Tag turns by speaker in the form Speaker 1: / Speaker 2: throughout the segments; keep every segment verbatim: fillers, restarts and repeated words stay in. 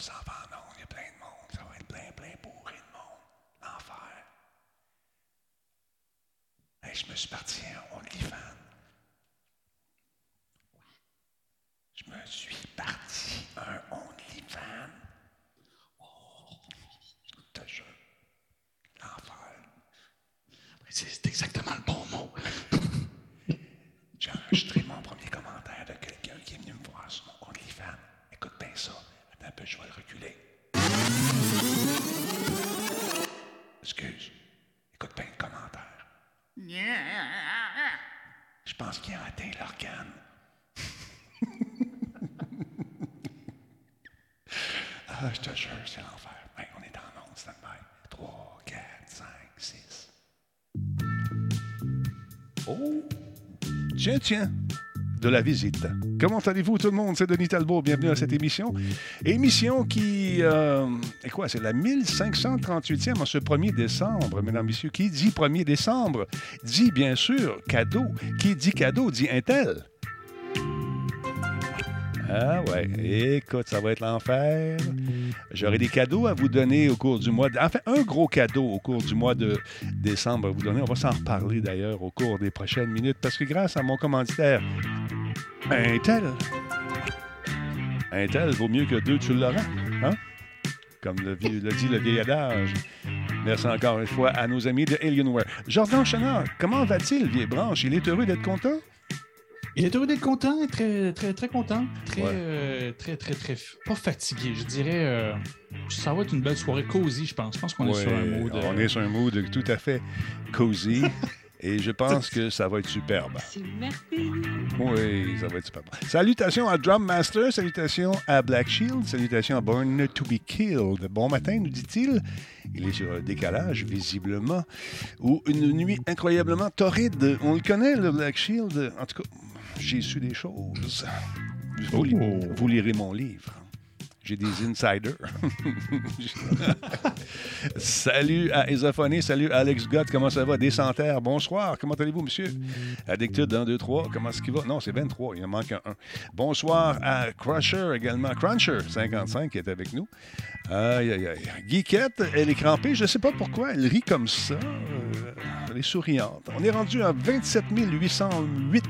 Speaker 1: s'en va en ondes, il y a plein de monde. Ça va être plein, plein bourré de monde. L'enfer. Hey, je me suis parti en OnlyFans. Je me suis parti un OnlyFans. Oh, je te jure. L'enfer.
Speaker 2: C'est, c'est exactement le bon mot.
Speaker 1: J'ai enregistré mon premier commentaire de quelqu'un qui est venu me voir sur mon OnlyFans. Écoute bien ça. Attends un peu, je vais le reculer. Excuse. Écoute bien le commentaire. Je pense qu'il a atteint l'organe. Ah, je te jure, c'est l'enfer. Ben, on est en onde, stand-by. trois, quatre, cinq, six. Oh! Tiens, tiens! De la visite. Comment allez-vous tout le monde? C'est Denis Talbot. Bienvenue à cette émission. Émission qui... Euh, est quoi? C'est la mille cinq cent trente-huitième en ce premier décembre, mesdames, messieurs. Qui dit premier décembre? Dit, bien sûr, cadeau. Qui dit cadeau dit Intel. Ah ouais, écoute, ça va être l'enfer. J'aurai des cadeaux à vous donner au cours du mois... De... Enfin, un gros cadeau au cours du mois de décembre à vous donner. On va s'en reparler d'ailleurs au cours des prochaines minutes parce que grâce à mon commanditaire, Intel, Intel vaut mieux que deux, tu l'auras, hein? Comme le, vie... le dit le vieil adage. Merci encore une fois à nos amis de Alienware. Jordan Chenard, comment va-t-il, vieille branche? Il est heureux d'être content?
Speaker 2: Il est heureux d'être content, très, très, très content, très,
Speaker 1: Ouais.
Speaker 2: euh, très, très, très, pas fatigué. Je dirais, euh, ça va être une belle soirée cosy, je pense. Je pense qu'on
Speaker 1: Ouais,
Speaker 2: est sur un mood.
Speaker 1: on
Speaker 2: euh...
Speaker 1: est sur un mood tout à fait cosy. Et je pense que ça va être superbe.
Speaker 3: C'est merveilleux.
Speaker 1: Oui, ça va être superbe. Salutations à Drum Master, salutations à Black Shield, salutations à Born to be Killed. Bon matin, nous dit-il. Il est sur un décalage, visiblement. Ou une nuit incroyablement torride. On le connaît, le Black Shield. En tout cas, j'ai su des choses. Vous, li-
Speaker 2: Oh.
Speaker 1: vous lirez mon livre. J'ai des insiders. Salut à Esophonie, salut à Alex Gott, comment ça va? Descentaire, bonsoir, comment allez-vous, monsieur? Addicted, un, deux, trois, comment est-ce qu'il va? Non, c'est vingt-trois, il en manque un. un. Bonsoir à Crusher également, Cruncher, cinquante-cinq, qui est avec nous. Aïe, aïe, aïe. Geekette, elle est crampée, je ne sais pas pourquoi, elle rit comme ça. Euh, elle est souriante. On est rendu à vingt-sept mille huit cent huit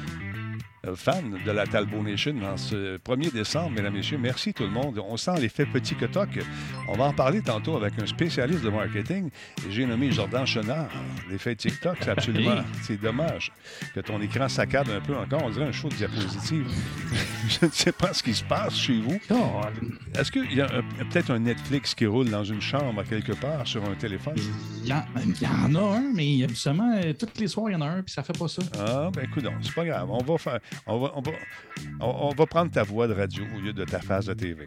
Speaker 1: fans de la Talbot Nation en ce premier décembre, mesdames et messieurs. Merci tout le monde. On sent l'effet petit que toc. On va en parler tantôt avec un spécialiste de marketing. J'ai nommé Jordan Chenard. L'effet TikTok, c'est absolument...
Speaker 2: Hey.
Speaker 1: C'est dommage que ton écran saccade un peu encore. On dirait un show de diapositive. Je ne sais pas ce qui se passe chez vous.
Speaker 2: Oh,
Speaker 1: Est-ce qu'il y a un- peut-être un Netflix qui roule dans une chambre quelque part sur un téléphone?
Speaker 2: il y, en, il y en a un, mais absolument, euh, tous les soirs, il y en a un, puis ça fait pas ça.
Speaker 1: Ah, ben écoute, c'est pas grave. On va faire... On va, on, va, on, on va prendre ta voix de radio au lieu de ta face de T V.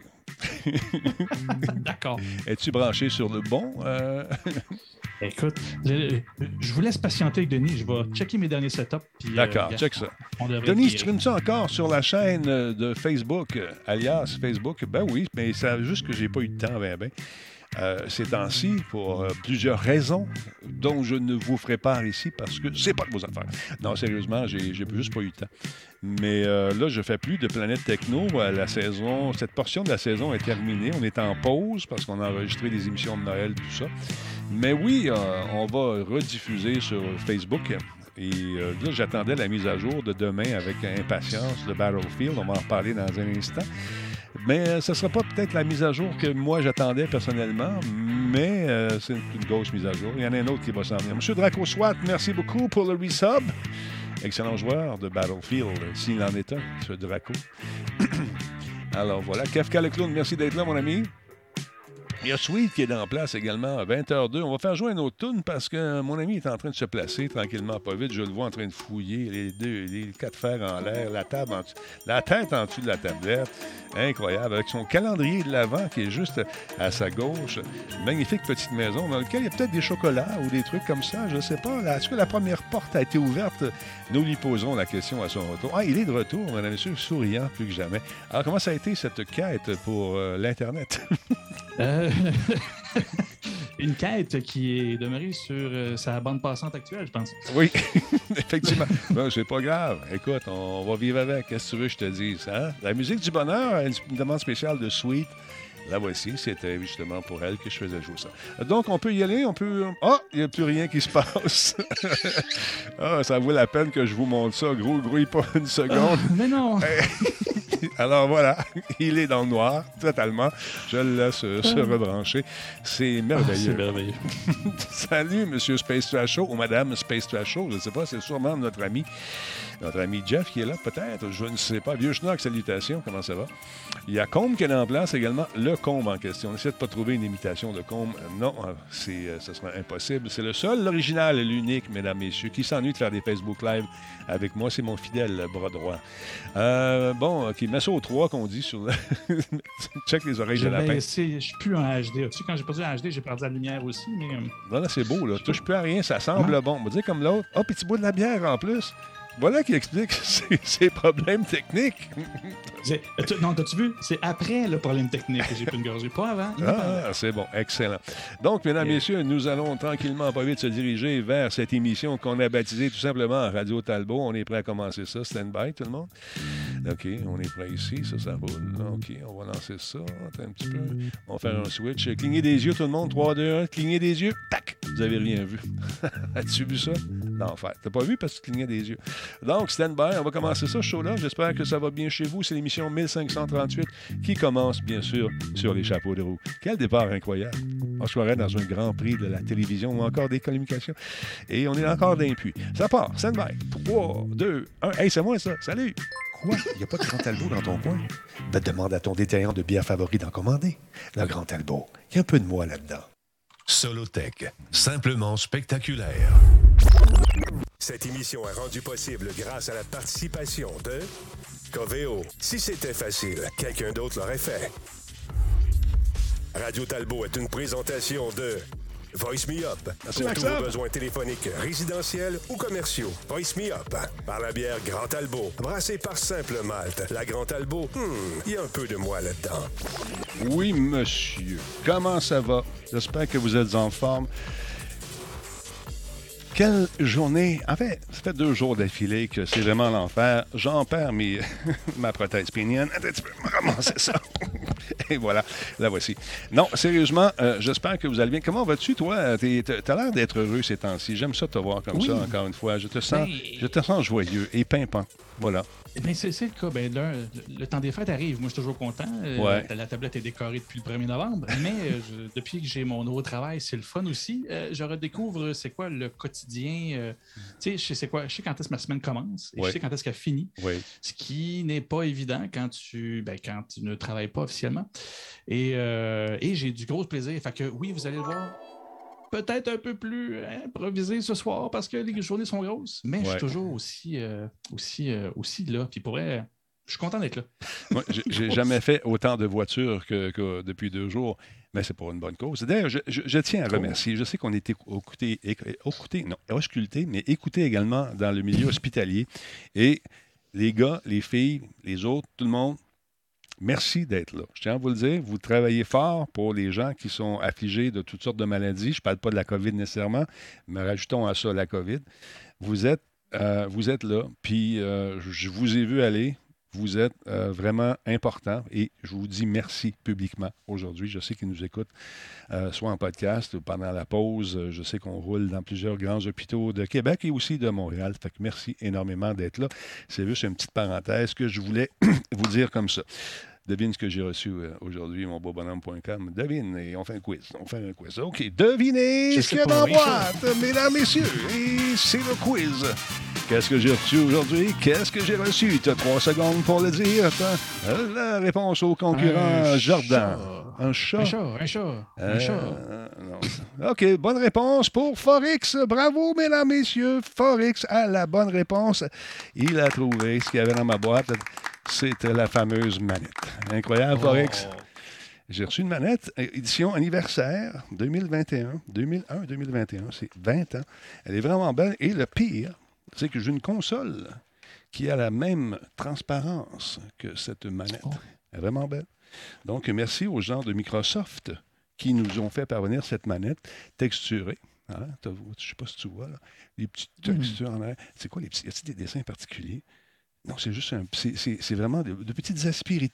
Speaker 2: D'accord.
Speaker 1: Es-tu branché sur le bon? Euh...
Speaker 2: Écoute, le- je vous laisse patienter avec Denis. Je vais checker mes derniers setups. puis, euh,
Speaker 1: D'accord,
Speaker 2: regarde,
Speaker 1: check ça.
Speaker 2: on devrait
Speaker 1: Denis,
Speaker 2: être
Speaker 1: stream ça encore sur la chaîne de Facebook, euh, alias Facebook? Ben oui, mais c'est juste que j'ai pas eu de temps, ben ben. Euh, ces temps-ci, pour euh, plusieurs raisons dont je ne vous ferai part ici parce que c'est pas de vos affaires. Non, sérieusement, j'ai, j'ai juste pas eu le temps. Mais euh, là, je fais plus de Planète Techno. Euh, La saison, cette portion de la saison est terminée. On est en pause parce qu'on a enregistré des émissions de Noël, tout ça. Mais oui, euh, on va rediffuser sur Facebook. Et euh, là, j'attendais la mise à jour de demain avec impatience de Battlefield. On va en reparler dans un instant. Mais euh, ce ne sera pas peut-être la mise à jour que moi j'attendais personnellement, mais euh, c'est une grosse mise à jour. Il y en a un autre qui va s'en venir. Monsieur Draco Swat, merci beaucoup pour le resub. Excellent joueur de Battlefield, s'il en est un, ce Draco. Alors voilà, Kafka le clown, merci d'être là, mon ami. Il y a Sweet qui est en place également à vingt heures deux. On va faire jouer un autre tune parce que mon ami est en train de se placer tranquillement, pas vite. Je le vois en train de fouiller les deux, les quatre fers en l'air, la table en dessous, la tête en dessous de la tablette. Incroyable. Avec son calendrier de l'Avent qui est juste à sa gauche. Une magnifique petite maison dans laquelle il y a peut-être des chocolats ou des trucs comme ça. Je ne sais pas. Là, est-ce que la première porte a été ouverte? Nous lui poserons la question à son retour. Ah, il est de retour, mesdames et messieurs, souriant plus que jamais. Alors, comment ça a été cette quête pour euh, l'Internet?
Speaker 2: Euh, une quête qui est demeurée sur euh, sa bande passante actuelle, je pense.
Speaker 1: Oui, effectivement. Bon, c'est pas grave. Écoute, on va vivre avec. Qu'est-ce que tu veux que je te dise? Hein? La musique du bonheur, une demande spéciale de Sweet. La voici, c'était justement pour elle que je faisais jouer ça. Donc, on peut y aller, on peut... Ah, il n'y a plus rien qui se passe. Ah, ça vaut la peine que je vous montre ça. Gros, gros, pas une seconde.
Speaker 2: Oh, mais non!
Speaker 1: Alors voilà, il est dans le noir, totalement. Je le laisse euh, se rebrancher. C'est merveilleux.
Speaker 2: Ah, c'est merveilleux.
Speaker 1: Salut, Monsieur Space Trash Show, ou Madame Space Trash Show, je ne sais pas, c'est sûrement notre ami. Notre ami Jeff qui est là, peut-être, je ne sais pas. Vieux Schnock, salutations, comment ça va? Il y a Combe qui est en place également, le Combe en question. On essaie de ne pas trouver une imitation de Combe. Non, c'est, ce sera impossible. C'est le seul, l'original, l'unique, mesdames, messieurs, qui s'ennuie de faire des Facebook Live avec moi. C'est mon fidèle bras droit. Euh, bon, OK, mets ça au trois qu'on dit sur le... Check les oreilles
Speaker 2: Je
Speaker 1: de lapin.
Speaker 2: Je suis plus en H D. Tu sais, quand j'ai perdu en H D, j'ai perdu la lumière aussi, mais...
Speaker 1: Non, là, c'est beau, là. Touche plus à rien, ça semble non. bon. On va dire comme l'autre. Ah, oh, puis tu bois de la bière en plus. Voilà qui explique ses, ses problèmes techniques.
Speaker 2: Non, t'as-tu vu? C'est après le problème technique que j'ai pu une gorgée, pas avant.
Speaker 1: Ah, c'est bon, excellent. Donc, mesdames et messieurs, nous allons tranquillement, pas vite, se diriger vers cette émission qu'on a baptisée tout simplement Radio Talbot. On est prêt à commencer ça. Stand by, tout le monde? OK, on est prêt ici. Ça, ça roule. OK, on va lancer ça. Attends un petit peu. On va faire un switch. Clignez des yeux, tout le monde. trois, deux, un. Clignez des yeux. Tac! Vous avez rien vu. As-tu vu ça? L'enfer. T'as pas vu parce que tu clignais des yeux. Donc, stand by. On va commencer ça, ce show-là. J'espère que ça va bien chez vous. C'est l'émission mille cinq cent trente-huit qui commence, bien sûr, sur les chapeaux de roue. Quel départ incroyable. On se croirait dans un grand prix de la télévision ou encore des communications. Et on est encore d'impuis. Ça part. Stand by. trois, deux, un. Hey, c'est moi, ça. Salut!
Speaker 3: Quoi? Il n'y a pas de Grand Talbot dans ton coin? Ben, demande à ton détaillant de bière favori d'en commander. Le Grand Talbot. Il y a un peu de moi là-dedans.
Speaker 4: Solotech. Simplement spectaculaire.
Speaker 5: Cette émission est rendue possible grâce à la participation de Coveo. Si c'était facile, quelqu'un d'autre l'aurait fait. Radio Talbot est une présentation de Voice Me Up.
Speaker 1: Merci,
Speaker 5: pour
Speaker 1: Maxime.
Speaker 5: tous vos besoins téléphoniques, résidentiels ou commerciaux. Voice Me Up. Par la bière Grand Talbot. Brassée par Simple Malte. La Grand Talbot, il hmm, y a un peu de moi là-dedans.
Speaker 1: Oui, monsieur. Comment ça va? J'espère que vous êtes en forme. Quelle journée! En fait, ça fait deux jours d'affilée que c'est vraiment l'enfer. J'en perds mes... ma prothèse pénienne. Attends, tu peux me ramasser ça. Et voilà, la voici. Non, sérieusement, euh, j'espère que vous allez bien. Comment vas-tu, toi? T'es, t'as l'air d'être heureux ces temps-ci. J'aime ça te voir comme oui. ça, encore une fois. Je te sens, ben... je te sens joyeux et pimpant. Voilà.
Speaker 2: Ben, c'est, c'est le cas. Ben, le, le temps des fêtes arrive. Moi, je suis toujours content.
Speaker 1: Ouais.
Speaker 2: Euh, la tablette est décorée depuis le premier novembre. Mais euh, je, depuis que j'ai mon nouveau travail, c'est le fun aussi. Euh, je redécouvre c'est quoi le quotidien. Euh, tu sais, je sais quoi, je sais quand est-ce que ma semaine commence et ouais. je sais quand est-ce qu'elle finit.
Speaker 1: Ouais.
Speaker 2: Ce qui n'est pas évident quand tu, ben, quand tu ne travailles pas officiellement. Et, euh, et j'ai du gros plaisir. Fait que oui, vous allez le voir. Peut-être un peu plus improvisé ce soir parce que les journées sont grosses, mais ouais. je suis toujours aussi, euh, aussi, euh, aussi là. Puis pour vrai, je suis content d'être là.
Speaker 1: Moi, j'ai, j'ai jamais fait autant de voitures que, que depuis deux jours, mais c'est pour une bonne cause. D'ailleurs, je, je, je tiens à remercier. Je sais qu'on est écouté, écouté, non, ausculté, mais écouté également dans le milieu hospitalier. Et les gars, les filles, les autres, tout le monde, merci d'être là. Je tiens à vous le dire, vous travaillez fort pour les gens qui sont affligés de toutes sortes de maladies. Je ne parle pas de la COVID nécessairement, mais rajoutons à ça la COVID. Vous êtes, euh, vous êtes là, puis euh, je vous ai vu aller. Vous êtes euh, vraiment important et je vous dis merci publiquement aujourd'hui. Je sais qu'ils nous écoutent, euh, soit en podcast ou pendant la pause. Je sais qu'on roule dans plusieurs grands hôpitaux de Québec et aussi de Montréal. Fait que merci énormément d'être là. C'est juste une petite parenthèse que je voulais vous dire comme ça. Devine ce que j'ai reçu euh, aujourd'hui, mon beau bonhomme point com. Devine, et on fait un quiz. On fait un quiz. OK, devinez je ce qu'il y a dans la boîte, mesdames, messieurs. Et c'est le quiz. Qu'est-ce que j'ai reçu aujourd'hui? Qu'est-ce que j'ai reçu? Tu as trois secondes pour le dire. Attends. La réponse au concurrent un Jordan.
Speaker 2: Chat.
Speaker 1: Un chat.
Speaker 2: Un chat, un chat.
Speaker 1: Euh,
Speaker 2: un chat.
Speaker 1: Non. OK, bonne réponse pour Forex. Bravo, mesdames, messieurs. Forex a la bonne réponse. Il a trouvé ce qu'il y avait dans ma boîte. C'était la fameuse manette. Incroyable, oh. Forex. J'ai reçu une manette, édition anniversaire deux mille vingt et un. deux mille un, deux mille vingt et un, c'est vingt ans. Elle est vraiment belle. Et le pire, c'est que j'ai une console qui a la même transparence que cette manette. Oh. Elle est vraiment belle. Donc, merci aux gens de Microsoft qui nous ont fait parvenir cette manette texturée. Hein? Je ne sais pas si tu vois, là, les petites textures mm. en arrière. C'est quoi les petits... Y a-t-il des dessins particuliers? Non, c'est juste un... C'est, c'est, c'est vraiment de, de petites aspérités.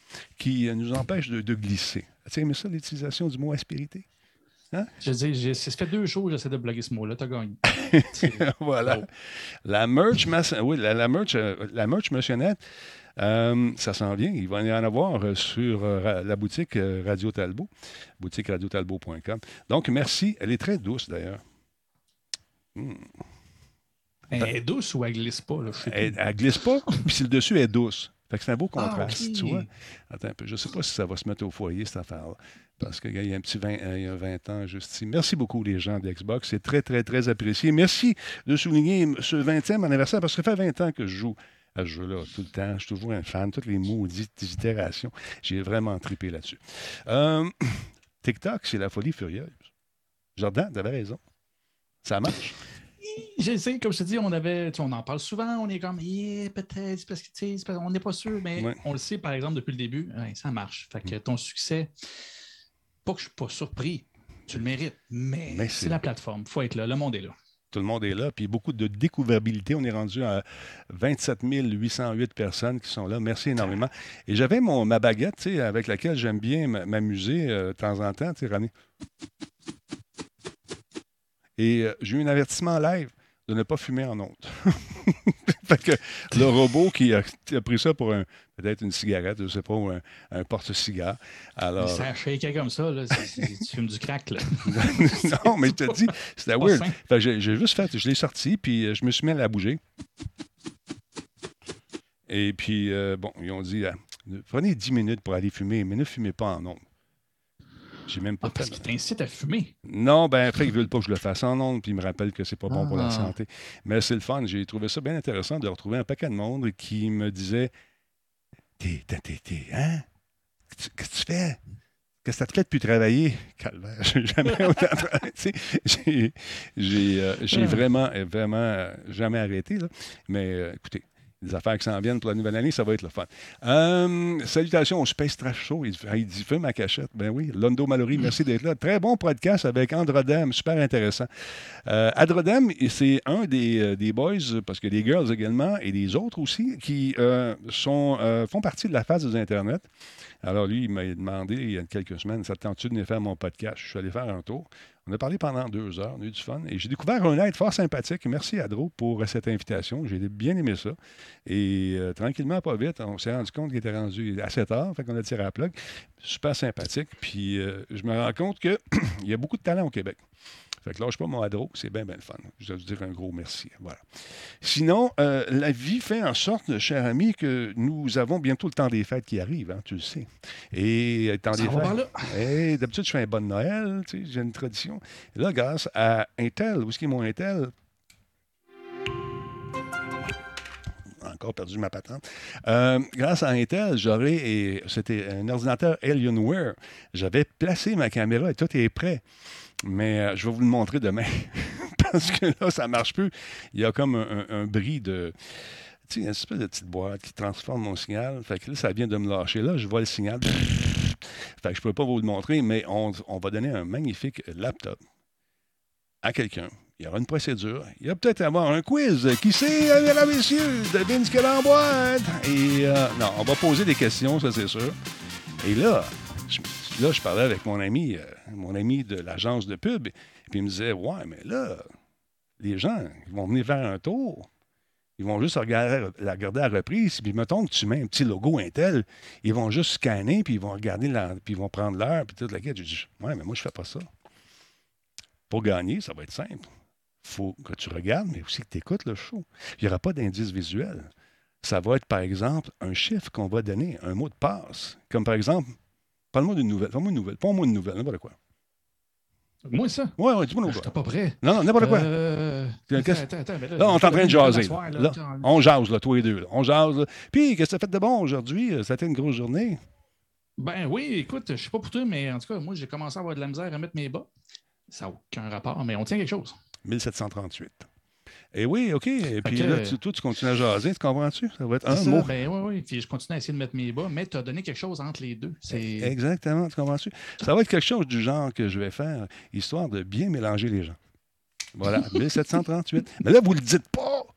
Speaker 1: qui nous empêche de, de glisser. Tu aimé ça, l'utilisation du mot aspérité? Hein?
Speaker 2: Je dis, j'ai, ça fait deux jours que j'essaie de bloguer ce mot-là. T'as gagné.
Speaker 1: Voilà. La merch, mass... oui, la, la merch, euh, la merch Motionnette, euh, ça s'en vient. Il va y en avoir euh, sur euh, la boutique euh, Radio Talbot, boutique radio talbot point com. Donc, merci. Elle est très douce, d'ailleurs. Hmm.
Speaker 2: Elle est douce ou elle glisse pas? Là, je sais
Speaker 1: Elle,
Speaker 2: plus.
Speaker 1: elle glisse pas, puis si le dessus est douce. Fait que c'est un beau contraste,
Speaker 2: Ah, okay.
Speaker 1: tu vois. Attends un peu, je ne sais pas si ça va se mettre au foyer, cette affaire-là. Parce qu'il y a un petit vingt, il y a vingt ans, juste ici. Merci beaucoup, les gens de Xbox. C'est très, très, très apprécié. Merci de souligner ce vingtième anniversaire, parce que ça fait vingt ans que je joue à ce jeu-là, tout le temps. Je suis toujours un fan. Toutes les maudites itérations. J'ai vraiment trippé là-dessus. Euh, TikTok, c'est la folie furieuse. Jordan, tu avais raison. Ça marche.
Speaker 2: Je sais, comme je te dis, on avait, on en parle souvent, on est comme, yeah, peut-être, parce que, tu sais, on n'est pas sûr, mais ouais. On le sait, par exemple, depuis le début, ouais, ça marche. Fait que ton succès, pas que je ne suis pas surpris, tu le mérites, mais, mais c'est, c'est la plateforme. Il faut être là, le monde est là.
Speaker 1: Tout le monde est là, puis beaucoup de découvrabilité. On est rendu à vingt-sept mille huit cent huit personnes qui sont là. Merci énormément. Et j'avais mon, ma baguette, tu sais, avec laquelle j'aime bien m'amuser euh, de temps en temps, tu sais, René. Et euh, j'ai eu un avertissement live de ne pas fumer en ondes. Fait que le robot qui a, qui a pris ça pour un, peut-être une cigarette, je ne sais pas, ou un, un porte-cigare. Alors...
Speaker 2: Ça shakeait comme ça, là. C'est, c'est, tu fumes du crack, là.
Speaker 1: Non, mais je te dis, c'était weird. Fait que j'ai, j'ai juste fait, je l'ai sorti, puis je me suis mis à la bouger. Et puis, euh, bon, ils ont dit, euh, prenez dix minutes pour aller fumer, mais ne fumez pas en ondes. J'ai même pas
Speaker 2: ah, parce qu'il t'incite à fumer.
Speaker 1: Non, ben après, ils veulent pas que je le fasse en ondes, puis ils me rappellent que c'est pas bon ah. pour la santé. Mais c'est le fun. J'ai trouvé ça bien intéressant de retrouver un paquet de monde qui me disait T'es, t'es, t'es, t'es, hein? Qu'est-ce que tu fais? Qu'est-ce que ça te fait depuis travailler? Calvaire, j'ai jamais autant travaillé. J'ai, j'ai, euh, j'ai vraiment, vraiment jamais arrêté, là. Mais euh, écoutez, les affaires qui s'en viennent pour la nouvelle année, ça va être le fun. Euh, salutations au Space Trash Show. Il, il dit « Fume ma cachette ». Ben oui, Londo Mallory, merci d'être là. Très bon podcast avec Androdem, super intéressant. Euh, Androdem, c'est un des, des boys, parce que des girls également, et des autres aussi, qui euh, sont, euh, font partie de la phase des Internet. Alors lui, il m'a demandé il y a quelques semaines, ça te tente-tu de venir faire mon podcast? Je suis allé faire un tour. On a parlé pendant deux heures, on a eu du fun. Et j'ai découvert un être fort sympathique. Merci, Adro, pour cette invitation. J'ai bien aimé ça. Et euh, tranquillement, pas vite, on s'est rendu compte qu'il était rendu à sept heures. Fait qu'on a tiré à la plug. Super sympathique. Puis euh, je me rends compte qu'il y a beaucoup de talent au Québec. Fait que lâche pas mon Adro, c'est bien, bien le fun. Je dois vous dire un gros merci. Voilà. Sinon, euh, la vie fait en sorte, cher ami, que nous avons bientôt le temps des fêtes qui arrive, hein, tu le sais. Et temps des fêtes. Et d'habitude, je fais un bon Noël, tu sais, j'ai une tradition. Et là, grâce à Intel, où est-ce qu'il est mon Intel? Encore perdu ma patente. Euh, grâce à Intel, j'aurais, et c'était un ordinateur Alienware, j'avais placé ma caméra et tout est prêt. Mais euh, je vais vous le montrer demain. Parce que là, ça ne marche plus. Il y a comme un, un, un bris de... Tu sais, une espèce de petite boîte qui transforme mon signal. Fait que là, ça vient de me lâcher. Là, je vois le signal. Fait que je ne peux pas vous le montrer, mais on, on va donner un magnifique laptop à quelqu'un. Il y aura une procédure. Il va peut-être avoir un quiz. Qui sait, mesdames et messieurs? Devine ce qu'il y a dans la boîte. Et euh, non, on va poser des questions, ça, c'est sûr. Et là... Je, Là, je parlais avec mon ami, euh, mon ami de l'agence de pub, et puis il me disait, ouais, mais là, les gens, ils vont venir faire un tour, ils vont juste regarder, la regarder à reprise, puis mettons que tu mets un petit logo Intel, ils vont juste scanner, puis ils vont regarder, la, puis ils vont prendre l'heure, puis toute la quête. Je dis, ouais, mais moi, je fais pas ça. Pour gagner, ça va être simple. Il faut que tu regardes, mais aussi que tu écoutes le show. Il n'y aura pas d'indice visuel. Ça va être, par exemple, un chiffre qu'on va donner, un mot de passe, comme par exemple, parle-moi d'une nouvelle. Parle-moi une nouvelle. Parle-moi une nouvelle. N'importe quoi.
Speaker 2: Moi, ça?
Speaker 1: Oui, oui, dis-moi une
Speaker 2: nouvelle. Je pas prêt.
Speaker 1: Non, non, n'importe quoi.
Speaker 2: Euh... Attends, attends, attends, là,
Speaker 1: là, on est en train de jaser.
Speaker 2: Soir, là,
Speaker 1: là, on jase, là, tous les deux. Là. On jase. Là. Puis, qu'est-ce que tu as fait de bon aujourd'hui? Ça a été une grosse journée.
Speaker 2: Ben oui, écoute, je ne sais pas pour toi, mais en tout cas, moi, j'ai commencé à avoir de la misère à mettre mes bas. Ça n'a aucun rapport, mais on tient quelque chose.
Speaker 1: mille sept cent trente-huit. Et oui, OK. Et puis là, tu, toi, tu continues à jaser, tu comprends-tu? Ça va être un
Speaker 2: ça,
Speaker 1: mot.
Speaker 2: Ben oui, oui. Puis je continue à essayer de mettre mes bas, mais tu as donné quelque chose entre les deux. C'est...
Speaker 1: Exactement, tu comprends-tu? Ça va être quelque chose du genre que je vais faire, histoire de bien mélanger les gens. Voilà, mille sept cent trente-huit. Mais là, vous ne le dites pas!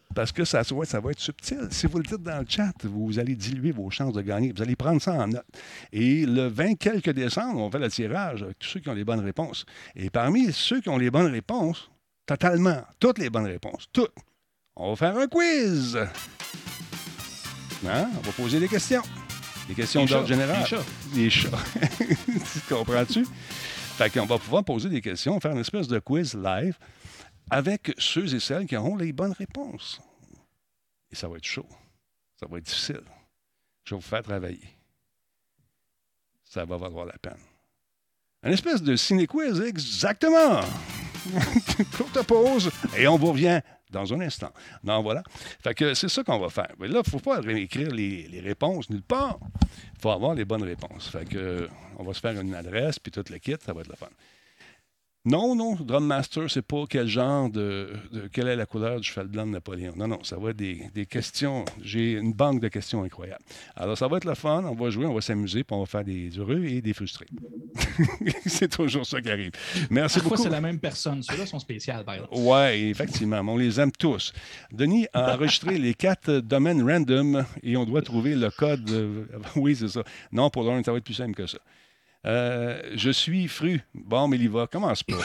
Speaker 1: Parce que ça, ouais, ça va être subtil. Si vous le dites dans le chat, vous allez diluer vos chances de gagner. Vous allez prendre ça en note. Et le vingt quelques décembre, on fait le tirage avec tous ceux qui ont les bonnes réponses. Et parmi ceux qui ont les bonnes réponses, totalement, toutes les bonnes réponses, toutes, on va faire un quiz. Hein? On va poser des questions. Des questions d'ordre général.
Speaker 2: Les chats.
Speaker 1: Les chats. Tu comprends-tu? Fait qu'on va pouvoir poser des questions, faire une espèce de quiz live avec ceux et celles qui auront les bonnes réponses. Et ça va être chaud. Ça va être difficile. Je vais vous faire travailler. Ça va valoir la peine. Une espèce de ciné-quiz, exactement! Courte pause, et on vous revient dans un instant. Non, voilà. Fait que c'est ça qu'on va faire. Mais là, il ne faut pas écrire les, les réponses nulle part. Il faut avoir les bonnes réponses. Fait que on va se faire une adresse, puis tout le kit, ça va être le fun. Non, non, Drum Master, c'est pas quel genre de, de... Quelle est la couleur du cheval blanc de Napoléon. Non, non, ça va être des, des questions. J'ai une banque de questions incroyables. Alors, ça va être le fun, on va jouer, on va s'amuser, puis on va faire des heureux et des frustrés. C'est toujours ça qui arrive. Merci
Speaker 2: Parfois,
Speaker 1: beaucoup.
Speaker 2: c'est la même personne. Ceux-là sont spéciaux, par exemple.
Speaker 1: Oui, effectivement, mais on les aime tous. Denis a enregistré les quatre domaines random et on doit trouver le code. euh, Oui, c'est ça. Non, pour l'un, ça va être plus simple que ça. Euh, je suis fru. Bon, mais il va. Commence pas.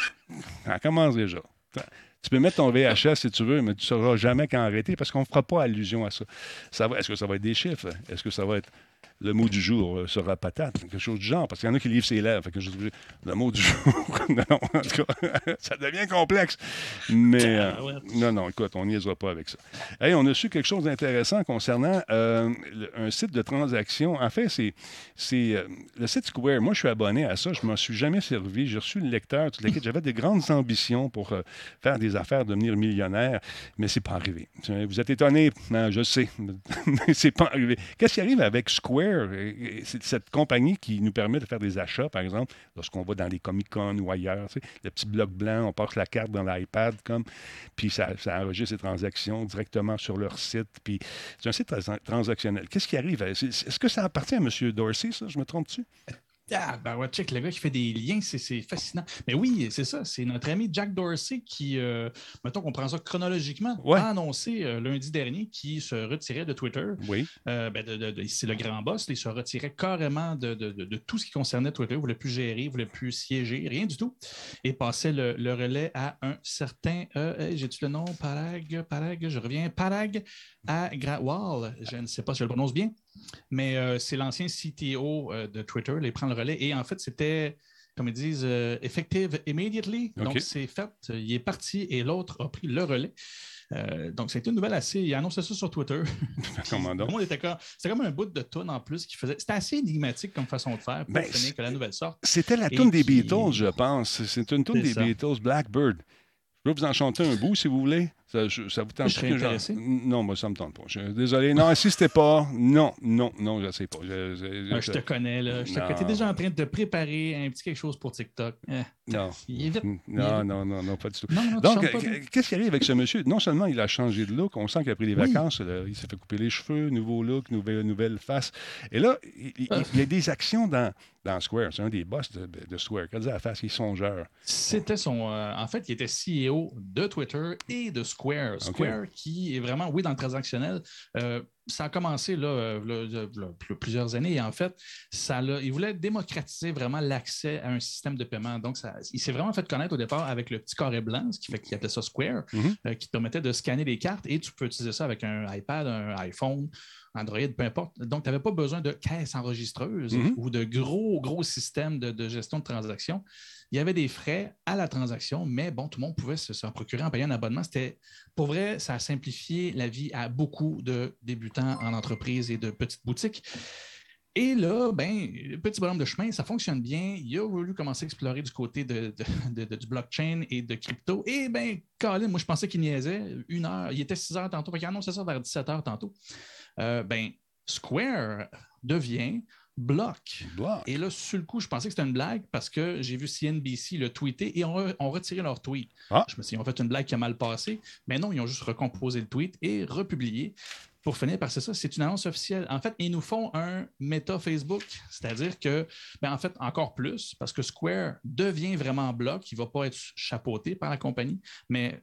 Speaker 1: Elle commence déjà. Tu peux mettre ton V H S si tu veux, mais tu ne sauras jamais quand arrêter parce qu'on ne fera pas allusion à ça. ça va, est-ce que ça va être des chiffres? Est-ce que ça va être le mot du jour euh, sera patate? Quelque chose du genre. Parce qu'il y en a qui livrent ses lèvres. Fait que je, le mot du jour. non, en tout cas, ça devient complexe. Mais euh, non, non, écoute, on n'y pas avec ça. Hey, on a su quelque chose d'intéressant concernant euh, le, un site de transaction. En fait, c'est, c'est euh, le site Square. Moi, je suis abonné à ça. Je ne m'en suis jamais servi. J'ai reçu le lecteur. Toute l'équipe. J'avais des grandes ambitions pour euh, faire des affaires, devenir millionnaire, mais c'est pas arrivé. Vous êtes étonné, non, je sais, mais c'est pas arrivé. Qu'est-ce qui arrive avec Square? C'est cette compagnie qui nous permet de faire des achats, par exemple, lorsqu'on va dans les Comic-Con ou ailleurs, tu sais, le petit bloc blanc, on passe la carte dans l'iPad, comme, puis ça, ça enregistre les transactions directement sur leur site, puis c'est un site trans- transactionnel. Qu'est-ce qui arrive? C'est, est-ce que ça appartient à M. Dorsey, ça? Je me trompe-tu?
Speaker 2: Ah, ben ouais, check, le gars qui fait des liens, c'est, c'est fascinant. Mais oui, c'est ça, c'est notre ami Jack Dorsey qui, euh, mettons qu'on prend ça chronologiquement,
Speaker 1: ouais.
Speaker 2: a annoncé euh, lundi dernier qu'il se retirait de Twitter.
Speaker 1: Oui.
Speaker 2: Euh, ben de, de, de, c'est le grand boss, il se retirait carrément de, de, de, de tout ce qui concernait Twitter, il ne voulait plus gérer, il ne voulait plus siéger, rien du tout. Et passait le, le relais à un certain, euh, j'ai-tu le nom? Parag, Parag, je reviens, Parag Agrawal, je ne sais pas si je le prononce bien. Mais euh, c'est l'ancien C T O euh, de Twitter, il prend le relais. Et en fait, c'était, comme ils disent, euh, effective immediately. Okay. Donc, c'est fait, il est parti et l'autre a pris le relais. Euh, donc, c'était une nouvelle assez. Il a annoncé ça sur Twitter.
Speaker 1: Comment donc?
Speaker 2: Tout était comme, c'était comme un bout de toune en plus qui faisait. C'était assez énigmatique comme façon de faire pour ben, finir que la nouvelle sorte.
Speaker 1: C'était la toune des qui... Beatles, je pense. C'est une toune des ça. Beatles, Blackbird. Je peux vous en chanter un bout si vous voulez. Ça, je, ça vous tente
Speaker 2: je serais intéressé.
Speaker 1: Genre... Non, moi, ça ne me tente pas. Je... Désolé. Non, si c'était pas. Non, non, non, je ne sais pas. Je, je,
Speaker 2: je, je te connais, là. Je te... Tu es déjà en train de te préparer un petit quelque chose pour TikTok. Eh,
Speaker 1: non.
Speaker 2: Il est vite.
Speaker 1: Non,
Speaker 2: il est vite.
Speaker 1: non, non, non, pas du tout.
Speaker 2: Non, non,
Speaker 1: donc, qu'est-ce qui arrive avec ce monsieur? Non seulement il a changé de look, on sent qu'il a pris des
Speaker 2: oui.
Speaker 1: vacances, là, il s'est fait couper les cheveux, nouveau look, nouvelle, nouvelle face. Et là, il, il, ah. il y a des actions dans, dans Square. C'est un des boss de, de Square. Qu'est-ce la face? Il est songeur.
Speaker 2: C'était son... Euh, en fait, il était C E O de Twitter et de Square. Square okay. qui est vraiment, oui, dans le transactionnel. Euh, ça a commencé là, là, là, là, plusieurs années et en fait, ça l'a, il voulait démocratiser vraiment l'accès à un système de paiement. Donc, ça, il s'est vraiment fait connaître au départ avec le petit carré blanc, ce qui fait qu'il appelait ça Square, mm-hmm. euh, qui te permettait de scanner les cartes et tu peux utiliser ça avec un iPad, un iPhone, Android, peu importe. Donc, tu n'avais pas besoin de caisse enregistreuse mm-hmm. ou de gros, gros systèmes de, de gestion de transactions. Il y avait des frais à la transaction, mais bon, tout le monde pouvait se, s'en procurer en payant un abonnement. C'était, pour vrai, ça a simplifié la vie à beaucoup de débutants en entreprise et de petites boutiques. Et là, ben, petit bonhomme de chemin, ça fonctionne bien. Il a voulu commencer à explorer du côté de, de, de, de, du blockchain et de crypto. Et bien, Colin, moi, je pensais qu'il niaisait. Une heure, il était six heures tantôt. Il a annoncé ça vers dix-sept heures tantôt. Euh, ben, Square devient Block.
Speaker 1: Block.
Speaker 2: Et là, sur le coup, je pensais que c'était une blague parce que j'ai vu C N B C le tweeter et on ont on retiré leur tweet. Ah. Je me suis dit, ils ont fait une blague qui a mal passé. Mais non, ils ont juste recomposé le tweet et republié. Pour finir par c'est ça, c'est une annonce officielle. En fait, ils nous font un méta Facebook, c'est-à-dire que, ben en fait, encore plus, parce que Square devient vraiment Block, il ne va pas être chapeauté par la compagnie, mais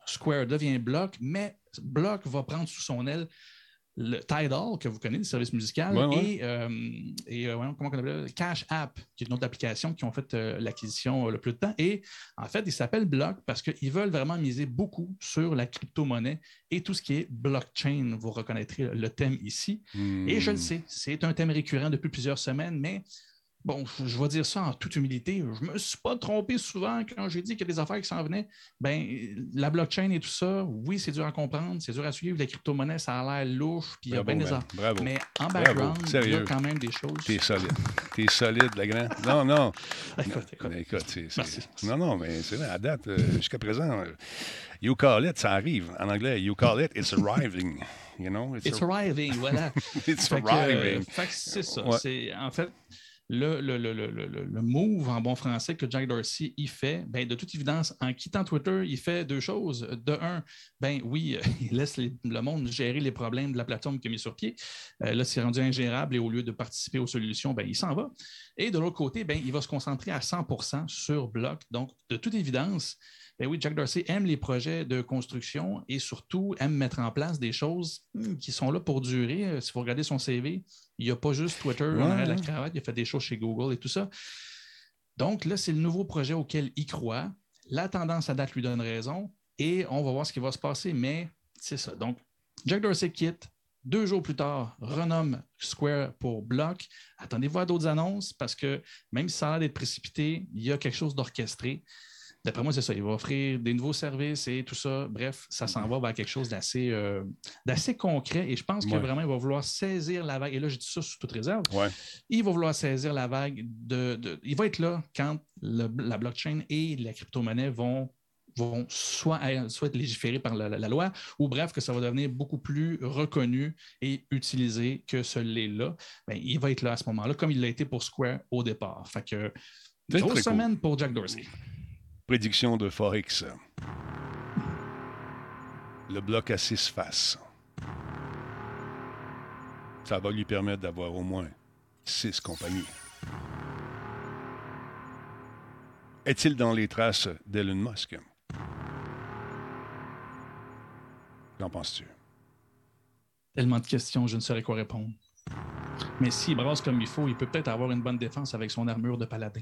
Speaker 2: Square devient Block, mais Block va prendre sous son aile le Tidal, que vous connaissez, le service musical,
Speaker 1: ouais, ouais.
Speaker 2: et, euh, et euh, comment on appelle Cash App, qui est une autre application qui ont fait euh, l'acquisition euh, le plus de temps. Et en fait, ils s'appellent Block parce qu'ils veulent vraiment miser beaucoup sur la crypto-monnaie et tout ce qui est blockchain. Vous reconnaîtrez le thème ici.
Speaker 1: Mm.
Speaker 2: Et je le sais, c'est un thème récurrent depuis plusieurs semaines, mais bon, je vais dire ça en toute humilité. Je ne me suis pas trompé souvent quand j'ai dit qu'il y a des affaires qui s'en venaient. Ben, la blockchain et tout ça, oui, c'est dur à comprendre, c'est dur à suivre. Les crypto-monnaies, ça a l'air louche, puis il y a bien des affaires.
Speaker 1: Bravo.
Speaker 2: Mais en background, il y a quand même des choses.
Speaker 1: T'es solide. T'es solide, le grand. Non, non.
Speaker 2: écoute, écoute.
Speaker 1: Non, écoute, c'est, c'est...
Speaker 2: Merci.
Speaker 1: Non, non, mais c'est vrai, à date, euh, jusqu'à présent, euh, you call it, ça arrive. En anglais, you call it, it's arriving. You know?
Speaker 2: It's, it's a... arriving, voilà.
Speaker 1: It's
Speaker 2: fait
Speaker 1: arriving.
Speaker 2: Que, fait que c'est ça.
Speaker 1: Ouais.
Speaker 2: C'est, en fait... Le, le, le, le, le, le move en bon français que Jack Dorsey y fait, ben, de toute évidence, en quittant Twitter, il fait deux choses. De un, ben oui, il laisse les, le monde gérer les problèmes de la plateforme qu'il a mis sur pied. Euh, là, c'est rendu ingérable et au lieu de participer aux solutions, ben, il s'en va. Et de l'autre côté, ben, il va se concentrer à cent pour cent sur Block. Donc, de toute évidence, ben oui, Jack Dorsey aime les projets de construction et surtout aime mettre en place des choses hmm, qui sont là pour durer. Si vous regardez son C V, il n'y a pas juste Twitter
Speaker 1: ouais.
Speaker 2: en arrière de la cravate, il a fait des choses chez Google et tout ça. Donc là, c'est le nouveau projet auquel il croit. La tendance à date lui donne raison et on va voir ce qui va se passer, mais c'est ça. Donc, Jack Dorsey quitte. Deux jours plus tard, renomme Square pour Block. Attendez-vous à d'autres annonces parce que même si ça a l'air d'être précipité, il y a quelque chose d'orchestré. D'après moi, c'est ça. Il va offrir des nouveaux services et tout ça. Bref, ça s'en va vers quelque chose d'assez, euh, d'assez concret. Et je pense que
Speaker 1: ouais.
Speaker 2: vraiment, il va vouloir saisir la vague. Et là, j'ai dit ça sous toute réserve.
Speaker 1: Ouais.
Speaker 2: Il va vouloir saisir la vague. De, de, il va être là quand le, la blockchain et la crypto-monnaie vont, vont soit, soit être légiférées par la, la, la loi ou bref, que ça va devenir beaucoup plus reconnu et utilisé que ce l'est-là. Bien, il va être là à ce moment-là, comme il l'a été pour Square au départ. Fait que,
Speaker 1: c'est
Speaker 2: grosse semaine
Speaker 1: cool.
Speaker 2: pour Jack Dorsey.
Speaker 1: Prédiction de Forex. Le bloc à six faces. Ça va lui permettre d'avoir au moins six compagnies. Est-il dans les traces d'Elon Musk? Qu'en penses-tu?
Speaker 2: Tellement de questions, je ne saurais quoi répondre. Mais s'il brasse comme il faut, il peut peut-être avoir une bonne défense avec son armure de paladin.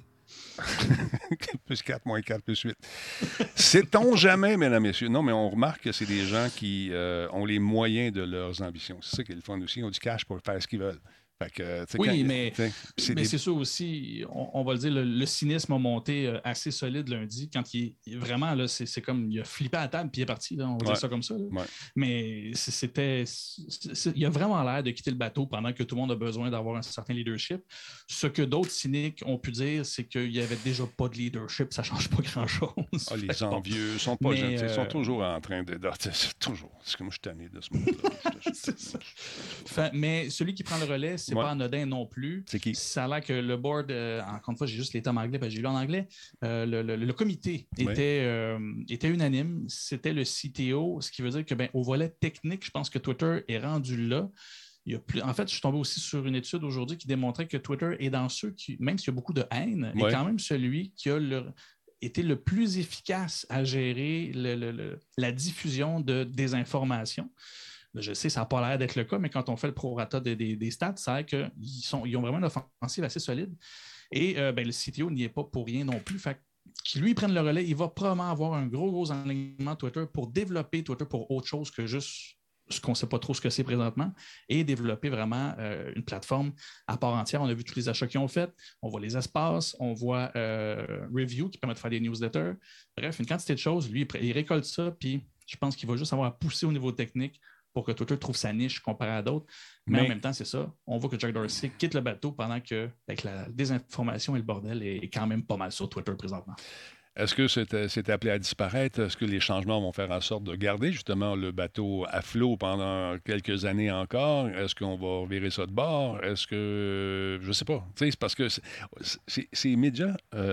Speaker 1: Plus quatre, moins quatre, plus huit. Sait-on jamais, mesdames et messieurs? Non, mais on remarque que c'est des gens qui euh, ont les moyens de leurs ambitions. C'est ça qui est le fun aussi. Ils ont du cash pour faire ce qu'ils veulent. Fait que,
Speaker 2: oui,
Speaker 1: quand,
Speaker 2: mais,
Speaker 1: c'est,
Speaker 2: mais
Speaker 1: des...
Speaker 2: c'est ça aussi, on, on va le dire, le, le cynisme a monté euh, assez solide lundi. Quand il est vraiment, là, c'est, c'est comme, il a flippé à la table puis il est parti, là, on va
Speaker 1: ouais.
Speaker 2: dire ça comme ça.
Speaker 1: Ouais.
Speaker 2: Mais c'était, c'est, c'est, il a vraiment l'air de quitter le bateau pendant que tout le monde a besoin d'avoir un certain leadership. Ce que d'autres cyniques ont pu dire, c'est qu'il n'y avait déjà pas de leadership, ça ne change pas grand-chose.
Speaker 1: Ah, les envieux sont pas
Speaker 2: mais,
Speaker 1: gentils, ils sont
Speaker 2: euh...
Speaker 1: toujours en train de... C'est toujours, c'est comme je suis tanné de ce monde-là.
Speaker 2: c'est ça. Enfin, mais celui qui prend le relais, c'est ouais. pas anodin non plus.
Speaker 1: C'est qui?
Speaker 2: Ça a l'air que le board, euh, encore une fois, j'ai juste les termes anglais, parce que j'ai lu en anglais, euh, le, le, le comité était, ouais. euh, était unanime. C'était le C T O, ce qui veut dire que, ben, au volet technique, je pense que Twitter est rendu là. Il y a plus... En fait, je suis tombé aussi sur une étude aujourd'hui qui démontrait que Twitter est dans ceux qui, même s'il y a beaucoup de haine, ouais. est quand même celui qui a le... été le plus efficace à gérer le, le, le, la diffusion de désinformation. Je sais, ça n'a pas l'air d'être le cas, mais quand on fait le prorata des, des, des stats, ça a qu'ils sont, ils ont vraiment une offensive assez solide. Et euh, ben, le C T O n'y est pas pour rien non plus. Fait qu'il lui prenne le relais, il va probablement avoir un gros, gros enlignement Twitter pour développer Twitter pour autre chose que juste ce qu'on ne sait pas trop ce que c'est présentement et développer vraiment euh, une plateforme à part entière. On a vu tous les achats qu'ils ont fait. On voit les espaces, on voit euh, Review qui permet de faire des newsletters. Bref, une quantité de choses. Lui, il récolte ça, puis je pense qu'il va juste avoir à pousser au niveau technique pour que Twitter trouve sa niche comparé à d'autres. Mais, Mais en même temps, c'est ça. On voit que Jack Dorsey quitte le bateau pendant que avec la désinformation et le bordel est quand même pas mal sur Twitter présentement.
Speaker 1: Est-ce que c'est, c'est appelé à disparaître? Est-ce que les changements vont faire en sorte de garder justement le bateau à flot pendant quelques années encore? Est-ce qu'on va virer ça de bord? Est-ce que... Je sais pas. Tu sais, c'est parce que c'est, c'est, ces médias... Euh,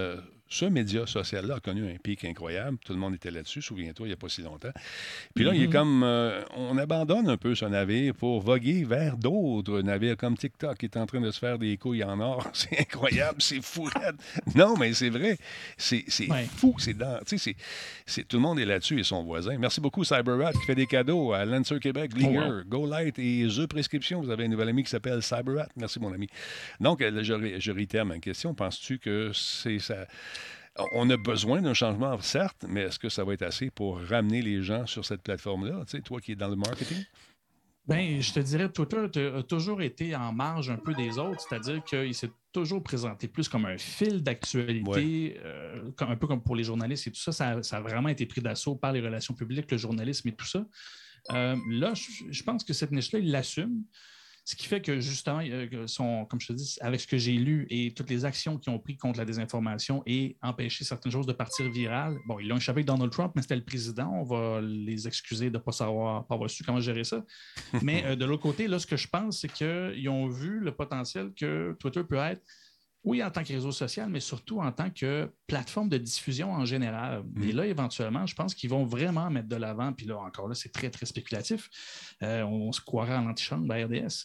Speaker 1: ce média social-là a connu un pic incroyable. Tout le monde était là-dessus, souviens-toi, il n'y a pas si longtemps. Puis là, mm-hmm. il est comme... Euh, on abandonne un peu ce navire pour voguer vers d'autres navires comme TikTok qui est en train de se faire des couilles en or. C'est incroyable, c'est fou. Non, mais c'est vrai. C'est, c'est ouais. fou. C'est dans... Tu sais, c'est, c'est, tout le monde est là-dessus et son voisin. Merci beaucoup, CyberRat, qui fait des cadeaux à Lancer Québec, Linger, oh, wow. Go Light et The Prescription. Vous avez un nouvel ami qui s'appelle CyberRat. Merci, mon ami. Donc, je, je réitère ma question. Penses-tu que c'est ça... On a besoin d'un changement, certes, mais est-ce que ça va être assez pour ramener les gens sur cette plateforme-là? Tu sais, toi qui es dans le marketing?
Speaker 2: Bien, je te dirais, Twitter a toujours été en marge un peu des autres, c'est-à-dire qu'il s'est toujours présenté plus comme un fil d'actualité, ouais. euh, un peu comme pour les journalistes et tout ça. Ça, ça a vraiment été pris d'assaut par les relations publiques, le journalisme et tout ça. Euh, là, je, je pense que cette niche-là, il l'assume. Ce qui fait que, justement, euh, son, comme je te dis, avec ce que j'ai lu et toutes les actions qu'ils ont prises contre la désinformation et empêcher certaines choses de partir virales, bon, ils l'ont échappé avec Donald Trump, mais c'était le président. On va les excuser de ne pas savoir, pas avoir su comment gérer ça. Mais euh, de l'autre côté, là, ce que je pense, c'est qu'ils ont vu le potentiel que Twitter peut être, oui, en tant que réseau social, mais surtout en tant que plateforme de diffusion en général. Mm. Et là, éventuellement, je pense qu'ils vont vraiment mettre de l'avant. Puis là, encore là, c'est très, très spéculatif. Euh, on se croirait en l'antichambre de la R D S.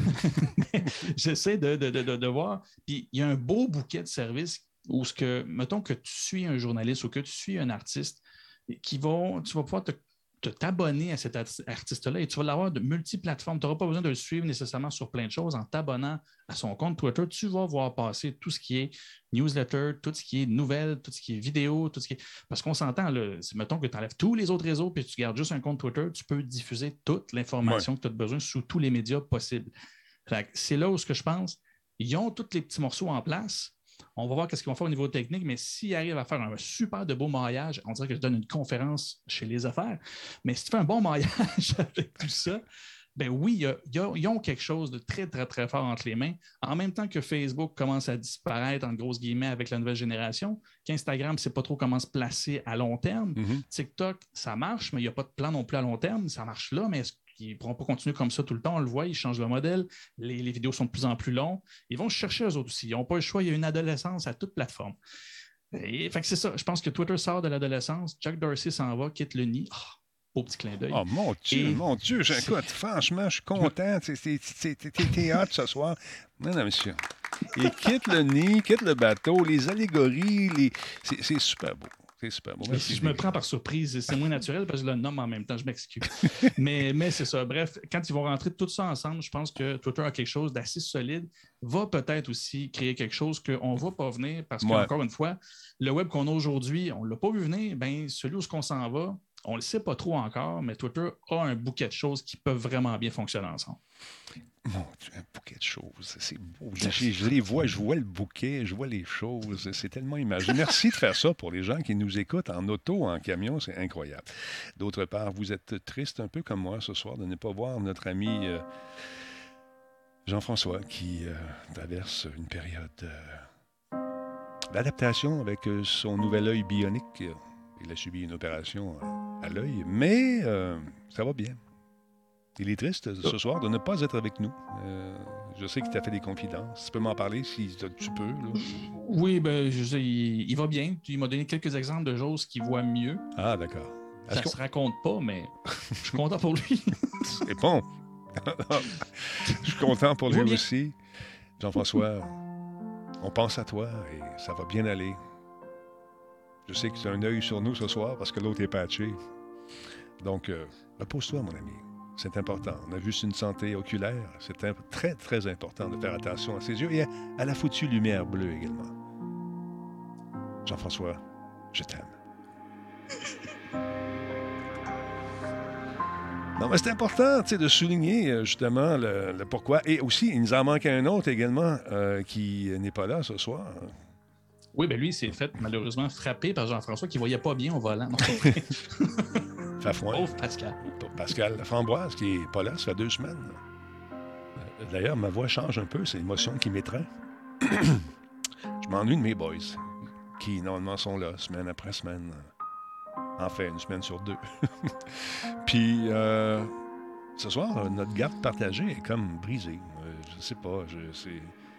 Speaker 2: J'essaie de, de, de, de, de voir. Puis il y a un beau bouquet de services où, ce que, mettons que tu suis un journaliste ou que tu suis un artiste, qui vont, tu vas pouvoir te te t'abonner à cet artiste-là et tu vas l'avoir de multiplateformes. Tu n'auras pas besoin de le suivre nécessairement sur plein de choses. En t'abonnant à son compte Twitter, tu vas voir passer tout ce qui est newsletter, tout ce qui est nouvelles, tout ce qui est vidéo, tout ce qui est... Parce qu'on s'entend, là, mettons que tu enlèves tous les autres réseaux et tu gardes juste un compte Twitter, tu peux diffuser toute l'information ouais. que tu as besoin sous tous les médias possibles. Fait que c'est là où ce que je pense, ils ont tous les petits morceaux en place. On va voir ce qu'ils vont faire au niveau technique, mais s'ils arrivent à faire un super de beau maillage, on dirait que je donne une conférence chez Les Affaires, mais si tu fais un bon maillage avec tout ça, ben oui, y a, y a, ils ont quelque chose de très, très, très fort entre les mains. En même temps que Facebook commence à disparaître, en grosses guillemets, avec la nouvelle génération, qu'Instagram ne sait pas trop comment se placer à long terme. Mm-hmm. TikTok, ça marche, mais il n'y a pas de plan non plus à long terme. Ça marche là, mais est-ce ils ne pourront pas continuer comme ça tout le temps, on le voit, ils changent le modèle, les, les vidéos sont de plus en plus longues, ils vont chercher eux autres aussi, ils n'ont pas le choix, il y a une adolescence à toute plateforme. Et, fait que c'est ça, je pense que Twitter sort de l'adolescence, Jack Dorsey s'en va, quitte le nid, oh, beau petit clin d'œil.
Speaker 1: Oh mon Dieu, Et... mon Dieu, écoute, franchement, je suis content, t'es hot ce soir. Non, non, monsieur. Et quitte le nid, quitte le bateau, les allégories, les... C'est, c'est super beau. C'est super bon.
Speaker 2: Si je me prends par surprise, c'est moins naturel parce que je le nomme en même temps, je m'excuse. mais, mais c'est ça. Bref, quand ils vont rentrer tout ça ensemble, je pense que Twitter a quelque chose d'assez solide, va peut-être aussi créer quelque chose qu'on ne va pas venir parce qu'encore ouais. une fois, le web qu'on a aujourd'hui, on ne l'a pas vu venir, bien, celui où on s'en va, on ne le sait pas trop encore, mais Twitter a un bouquet de choses qui peuvent vraiment bien fonctionner ensemble.
Speaker 1: Mon Dieu, un bouquet de choses. C'est beau. Je, je, je les vois, je vois le bouquet, je vois les choses. C'est tellement imagé. Merci de faire ça pour les gens qui nous écoutent en auto, en camion. C'est incroyable. D'autre part, vous êtes triste un peu comme moi ce soir de ne pas voir notre ami euh, Jean-François qui euh, traverse une période euh, d'adaptation avec euh, son nouvel œil bionique. Il a subi une opération à l'œil, mais euh, ça va bien. Il est triste ce soir de ne pas être avec nous. Euh, je sais qu'il t'a fait des confidences. Tu peux m'en parler si tu peux. Là.
Speaker 2: Oui, ben, je sais, il, il va bien. Il m'a donné quelques exemples de choses qu'il voit mieux.
Speaker 1: Ah, d'accord.
Speaker 2: Ça ne se raconte pas, mais je suis content pour lui.
Speaker 1: C'est bon. Je suis content pour lui aussi. Jean-François, on pense à toi et ça va bien aller. Je sais que tu as un œil sur nous ce soir parce que l'autre est patché. Donc, euh, repose-toi, mon ami. C'est important. On a juste une santé oculaire. C'est un, très, très important de faire attention à ses yeux et à, à la foutue lumière bleue également. Jean-François, je t'aime. Non, mais c'est important de souligner justement le, le pourquoi. Et aussi, il nous en manque un autre également euh, qui n'est pas là ce soir.
Speaker 2: Oui, bien lui, il s'est fait malheureusement frapper par Jean-François qui ne voyait pas bien au volant.
Speaker 1: Fafouin.
Speaker 2: Pauvre Pascal.
Speaker 1: Pascal Framboise, qui n'est pas là, ça fait deux semaines. D'ailleurs, ma voix change un peu, c'est l'émotion qui m'étreint. Je m'ennuie de mes boys, qui normalement sont là, semaine après semaine. Enfin, une semaine sur deux. Puis, euh, ce soir, notre garde partagée est comme brisée. Euh, je sais pas, je, c'est...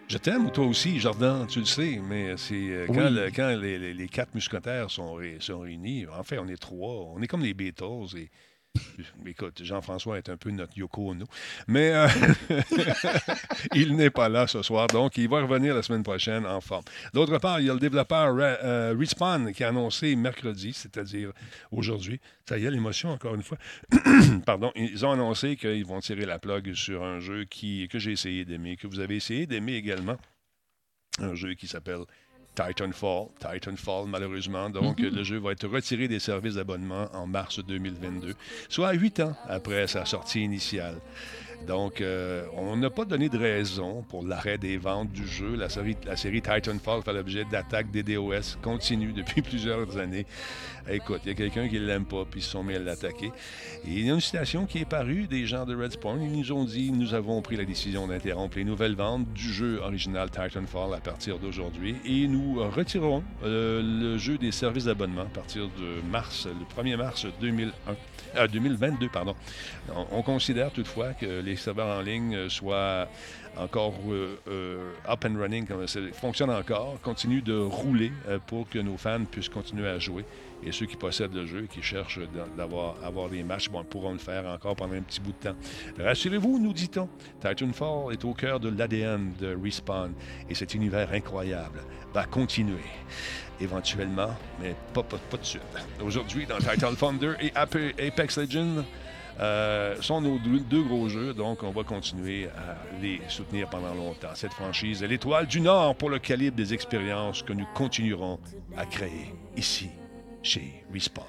Speaker 1: Je t'aime, toi aussi, Jordan, tu le sais, mais c'est euh, quand,
Speaker 2: Oui.
Speaker 1: le- quand les, les- les quatre mousquetaires sont, ré- sont réunis, en fait, on est trois, on est comme les Beatles, et écoute, Jean-François est un peu notre Yoko Ono, mais euh, il n'est pas là ce soir, donc il va revenir la semaine prochaine en forme. D'autre part, il y a le développeur Re- euh, Respawn qui a annoncé mercredi, c'est-à-dire aujourd'hui, ça y est, l'émotion encore une fois, pardon, ils ont annoncé qu'ils vont tirer la plug sur un jeu qui, que j'ai essayé d'aimer, que vous avez essayé d'aimer également, un jeu qui s'appelle Titanfall. Titanfall, malheureusement. Donc,
Speaker 2: Mhm.
Speaker 1: le jeu va être retiré des services d'abonnement en mars deux mille vingt-deux, soit huit ans après sa sortie initiale. Donc, euh, on n'a pas donné de raison pour l'arrêt des ventes du jeu. La série, la série Titanfall fait l'objet d'attaques des DDoS continues depuis plusieurs années. Écoute, il y a quelqu'un qui ne l'aime pas, puis ils se sont mis à l'attaquer. Et il y a une citation qui est parue des gens de Respawn. Ils nous ont dit « Nous avons pris la décision d'interrompre les nouvelles ventes du jeu original Titanfall à partir d'aujourd'hui et nous retirerons euh, le jeu des services d'abonnement à partir de mars, le premier mars deux mille un. Euh, deux mille vingt-deux, pardon. On, on considère toutefois que les serveurs en ligne soient encore euh, euh, up and running, comme ça fonctionne encore, continue de rouler euh, pour que nos fans puissent continuer à jouer. Et ceux qui possèdent le jeu et qui cherchent d'avoir avoir des matchs, bon, pourront le faire encore pendant un petit bout de temps. Rassurez-vous, nous dit-on, Titanfall est au cœur de l'A D N de Respawn et cet univers incroyable va continuer. Éventuellement, mais pas, pas, pas de suite. Aujourd'hui, dans Titanfall deux et Apex Legends, euh, sont nos deux, deux gros jeux, donc on va continuer à les soutenir pendant longtemps. Cette franchise est l'étoile du Nord pour le calibre des expériences que nous continuerons à créer ici, chez Respawn.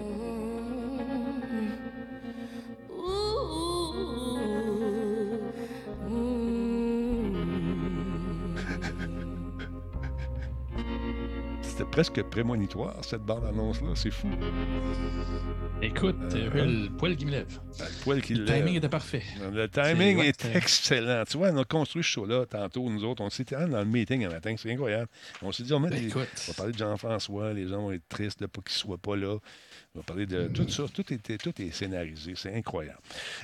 Speaker 1: C'était presque prémonitoire, cette bande-annonce-là. C'est fou.
Speaker 2: Écoute,
Speaker 1: Euh,
Speaker 2: euh, le poil qui me lève.
Speaker 1: Le poil qui
Speaker 2: Le
Speaker 1: lève.
Speaker 2: timing était parfait.
Speaker 1: Le timing
Speaker 2: C'est- ouais,
Speaker 1: est
Speaker 2: c'était-
Speaker 1: excellent. Tu vois, on a construit ce show-là tantôt, nous autres. On s'était dans le meeting un matin, c'est incroyable. On s'est dit, on, met
Speaker 2: Ben,
Speaker 1: des-
Speaker 2: écoute.
Speaker 1: on va parler de Jean-François, les gens vont être tristes de pas qu'il soit pas là. On va parler de tout ça. Tout, était, tout est scénarisé. C'est incroyable.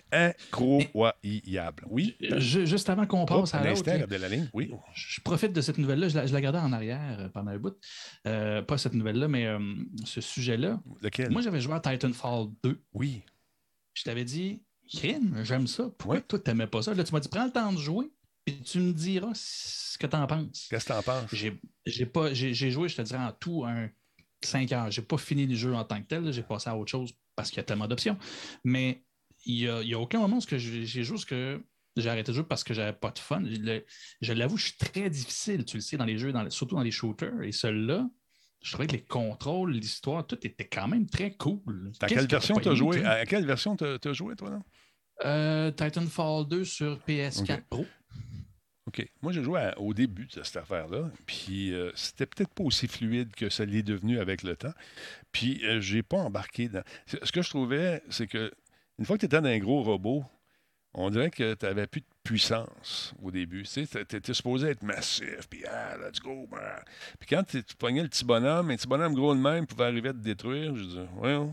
Speaker 1: Incroyable. Oui.
Speaker 2: Je- juste avant qu'on
Speaker 1: Oh,
Speaker 2: passe à
Speaker 1: un
Speaker 2: l'autre,
Speaker 1: instant,
Speaker 2: là,
Speaker 1: Abdelaline. Oui.
Speaker 2: je profite de cette nouvelle-là. Je la, je la gardais en arrière euh, pendant un bout. Euh, pas cette nouvelle-là, mais euh, ce sujet-là.
Speaker 1: Lequel?
Speaker 2: Moi, j'avais joué à Titanfall deux.
Speaker 1: Oui.
Speaker 2: Je t'avais dit, crime, j'aime ça. Pourquoi
Speaker 1: Ouais.
Speaker 2: toi, t'aimais pas ça? Là, tu m'as dit, prends le temps de jouer et tu me diras ce que t'en penses.
Speaker 1: Qu'est-ce que t'en penses?
Speaker 2: J'ai, j'ai, pas, j'ai, j'ai joué, je te dirais, en tout un cinq heures. J'ai pas fini le jeu en tant que tel. là. J'ai passé à autre chose parce qu'il y a tellement d'options. Mais il n'y a, il y a aucun moment où j'ai, j'ai joué ce que j'ai arrêté de jouer parce que j'avais pas de fun. Le- je l'avoue, je suis très difficile, tu le sais, dans les jeux, dans les- surtout dans les shooters. Et celui-là, je trouvais que les contrôles, l'histoire, tout était quand même très cool.
Speaker 1: À
Speaker 2: Qu'est-ce
Speaker 1: quelle
Speaker 2: que t'as
Speaker 1: version
Speaker 2: pas
Speaker 1: t'as
Speaker 2: aimé,
Speaker 1: joué?
Speaker 2: toi?
Speaker 1: À quelle version t'as t'as joué, toi, là?
Speaker 2: Euh, Titanfall deux sur P S quatre
Speaker 1: Ok.
Speaker 2: Pro.
Speaker 1: OK. Moi, j'ai joué à- au début de cette affaire-là, puis euh, c'était peut-être pas aussi fluide que ça l'est devenu avec le temps. Puis, euh, j'ai pas embarqué dans... C'est- Ce que je trouvais, c'est que une fois que tu étais dans un gros robot, on dirait que tu n'avais plus de puissance au début. Tu sais, tu étais supposé être massif, puis ah, let's go, man. Puis quand tu tu pognais le petit bonhomme, un petit bonhomme gros de même pouvait arriver à te détruire, je disais, ouais,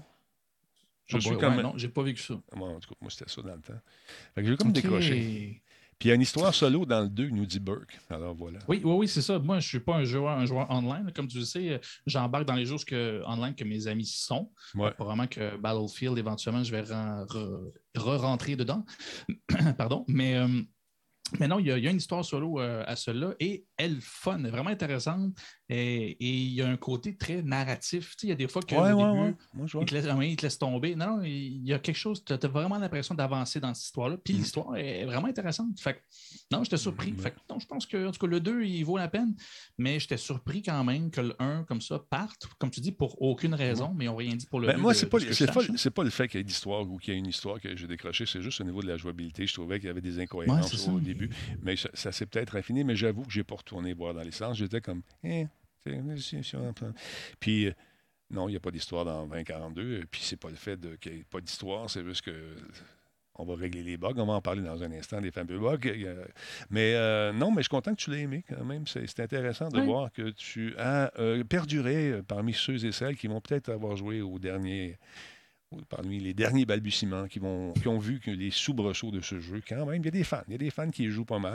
Speaker 1: je
Speaker 2: Oh
Speaker 1: suis
Speaker 2: boy,
Speaker 1: comme...
Speaker 2: ouais, non, j'ai pas vécu ça.
Speaker 1: Moi, en tout cas, moi, c'était ça dans le temps. Fait que j'ai comme
Speaker 2: Ok.
Speaker 1: décroché. Puis il y a une histoire solo dans le deux, nous dit Burke. Alors voilà.
Speaker 2: Oui, oui, oui, c'est ça. Moi, je suis pas un joueur, un joueur online. Comme tu le sais, j'embarque dans les jeux que, online que mes amis sont.
Speaker 1: Ouais.
Speaker 2: Pas vraiment que Battlefield, éventuellement, je vais re- re- re-rentrer dedans. Pardon. Mais, euh, mais non, il y, a, il y a une histoire solo euh, à cela et elle fun, vraiment intéressante. Et, et il y a un côté très narratif. Tu sais, il y a des fois que
Speaker 1: Ouais,
Speaker 2: au
Speaker 1: ouais,
Speaker 2: début,
Speaker 1: ouais. Moi, je vois.
Speaker 2: il te, laisse, ah oui, il te laisse tomber. Non, non, il y a quelque chose, tu as vraiment l'impression d'avancer dans cette histoire-là. Puis
Speaker 1: Mm.
Speaker 2: l'histoire est vraiment intéressante. Fait que, non, j'étais surpris.
Speaker 1: Mm,
Speaker 2: Fait que, non, je pense que en tout cas, le deux, il vaut la peine. Mais j'étais surpris quand même que le un, comme ça, parte, comme tu dis, pour aucune raison, mais ils n'ont rien dit pour le
Speaker 1: Ben,
Speaker 2: deux.
Speaker 1: moi,
Speaker 2: de-
Speaker 1: c'est
Speaker 2: de
Speaker 1: pas,
Speaker 2: ce que je
Speaker 1: c'est, pas,
Speaker 2: sache, hein.
Speaker 1: c'est pas le fait qu'il y ait d'histoire ou qu'il y ait une histoire que j'ai décroché, c'est juste au niveau de la jouabilité. Je trouvais qu'il y avait des
Speaker 2: Ouais,
Speaker 1: incohérences
Speaker 2: c'est ça.
Speaker 1: au début, mais ça, ça s'est peut-être affiné, mais j'avoue que j'ai pas retourné voir dans les sens. J'étais comme, eh, c'est- c'est- c'est- puis euh, non, il n'y a pas d'histoire dans vingt quarante-deux, puis c'est pas le fait de, qu'il n'y ait pas d'histoire, c'est juste que on va régler les bugs. On va en parler dans un instant des fameux bugs. Euh, Mais euh, non, mais je suis content que tu l'aies aimé quand même. C'est, c'est intéressant de
Speaker 2: Oui.
Speaker 1: voir que tu as euh, perduré euh, parmi ceux et celles qui vont peut-être avoir joué au dernier, ou parmi les derniers balbutiements, qui, vont, qui ont vu que les soubresauts de ce jeu. Quand même, il y a des fans. Il y a des fans qui y jouent pas mal.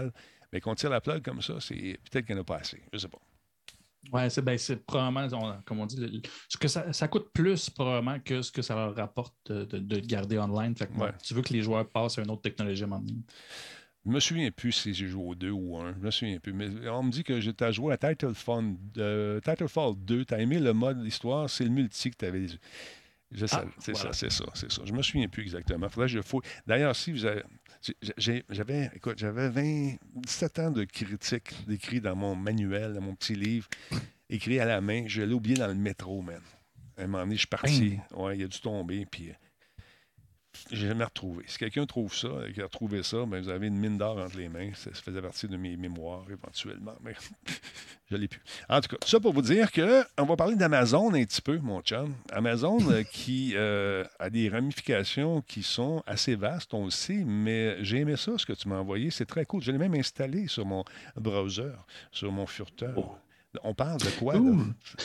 Speaker 1: Mais qu'on tire la plug comme ça, c'est peut-être qu'il n'y en a pas assez. Je ne sais pas.
Speaker 2: Oui, c'est, ben, c'est probablement, on, comme on dit, le, ce que ça, ça coûte plus probablement que ce que ça leur rapporte de, de, de le garder online. Fait que,
Speaker 1: Ouais.
Speaker 2: bon, tu veux que les joueurs passent à une autre technologie à un moment donné.
Speaker 1: Je me souviens plus si j'ai joué au deux ou un. Je me souviens plus. Mais on me dit que j'étais à jouer à Titanfall, euh, Titanfall deux. Tu as aimé le mode histoire, c'est le multi que tu avais. Je sais,
Speaker 2: Ah,
Speaker 1: c'est
Speaker 2: voilà.
Speaker 1: ça, c'est ça, c'est ça. Je me souviens plus exactement. Faudrait que je fouille. D'ailleurs, si vous avez. j'ai- J'avais, écoute, j'avais vingt, dix-sept ans de critiques d'écrit dans mon manuel, dans mon petit livre, écrit à la main. Je l'ai oublié dans le métro, man. À un moment donné, je suis parti. Ouais, il a dû tomber, puis. J'ai jamais retrouvé. Si quelqu'un trouve ça, et qui a retrouvé ça, ben vous avez une mine d'or entre les mains. Ça, ça faisait partie de mes mémoires éventuellement, mais je ne l'ai plus. En tout cas, tout ça pour vous dire que on va parler d'Amazon un petit peu, mon chum. Amazon euh, qui euh, a des ramifications qui sont assez vastes, on le sait, mais j'ai aimé ça, ce que tu m'as envoyé. C'est très cool. Je l'ai même installé sur mon browser, sur mon furteur.
Speaker 2: Oh.
Speaker 1: On parle de quoi, là?
Speaker 2: Ouh.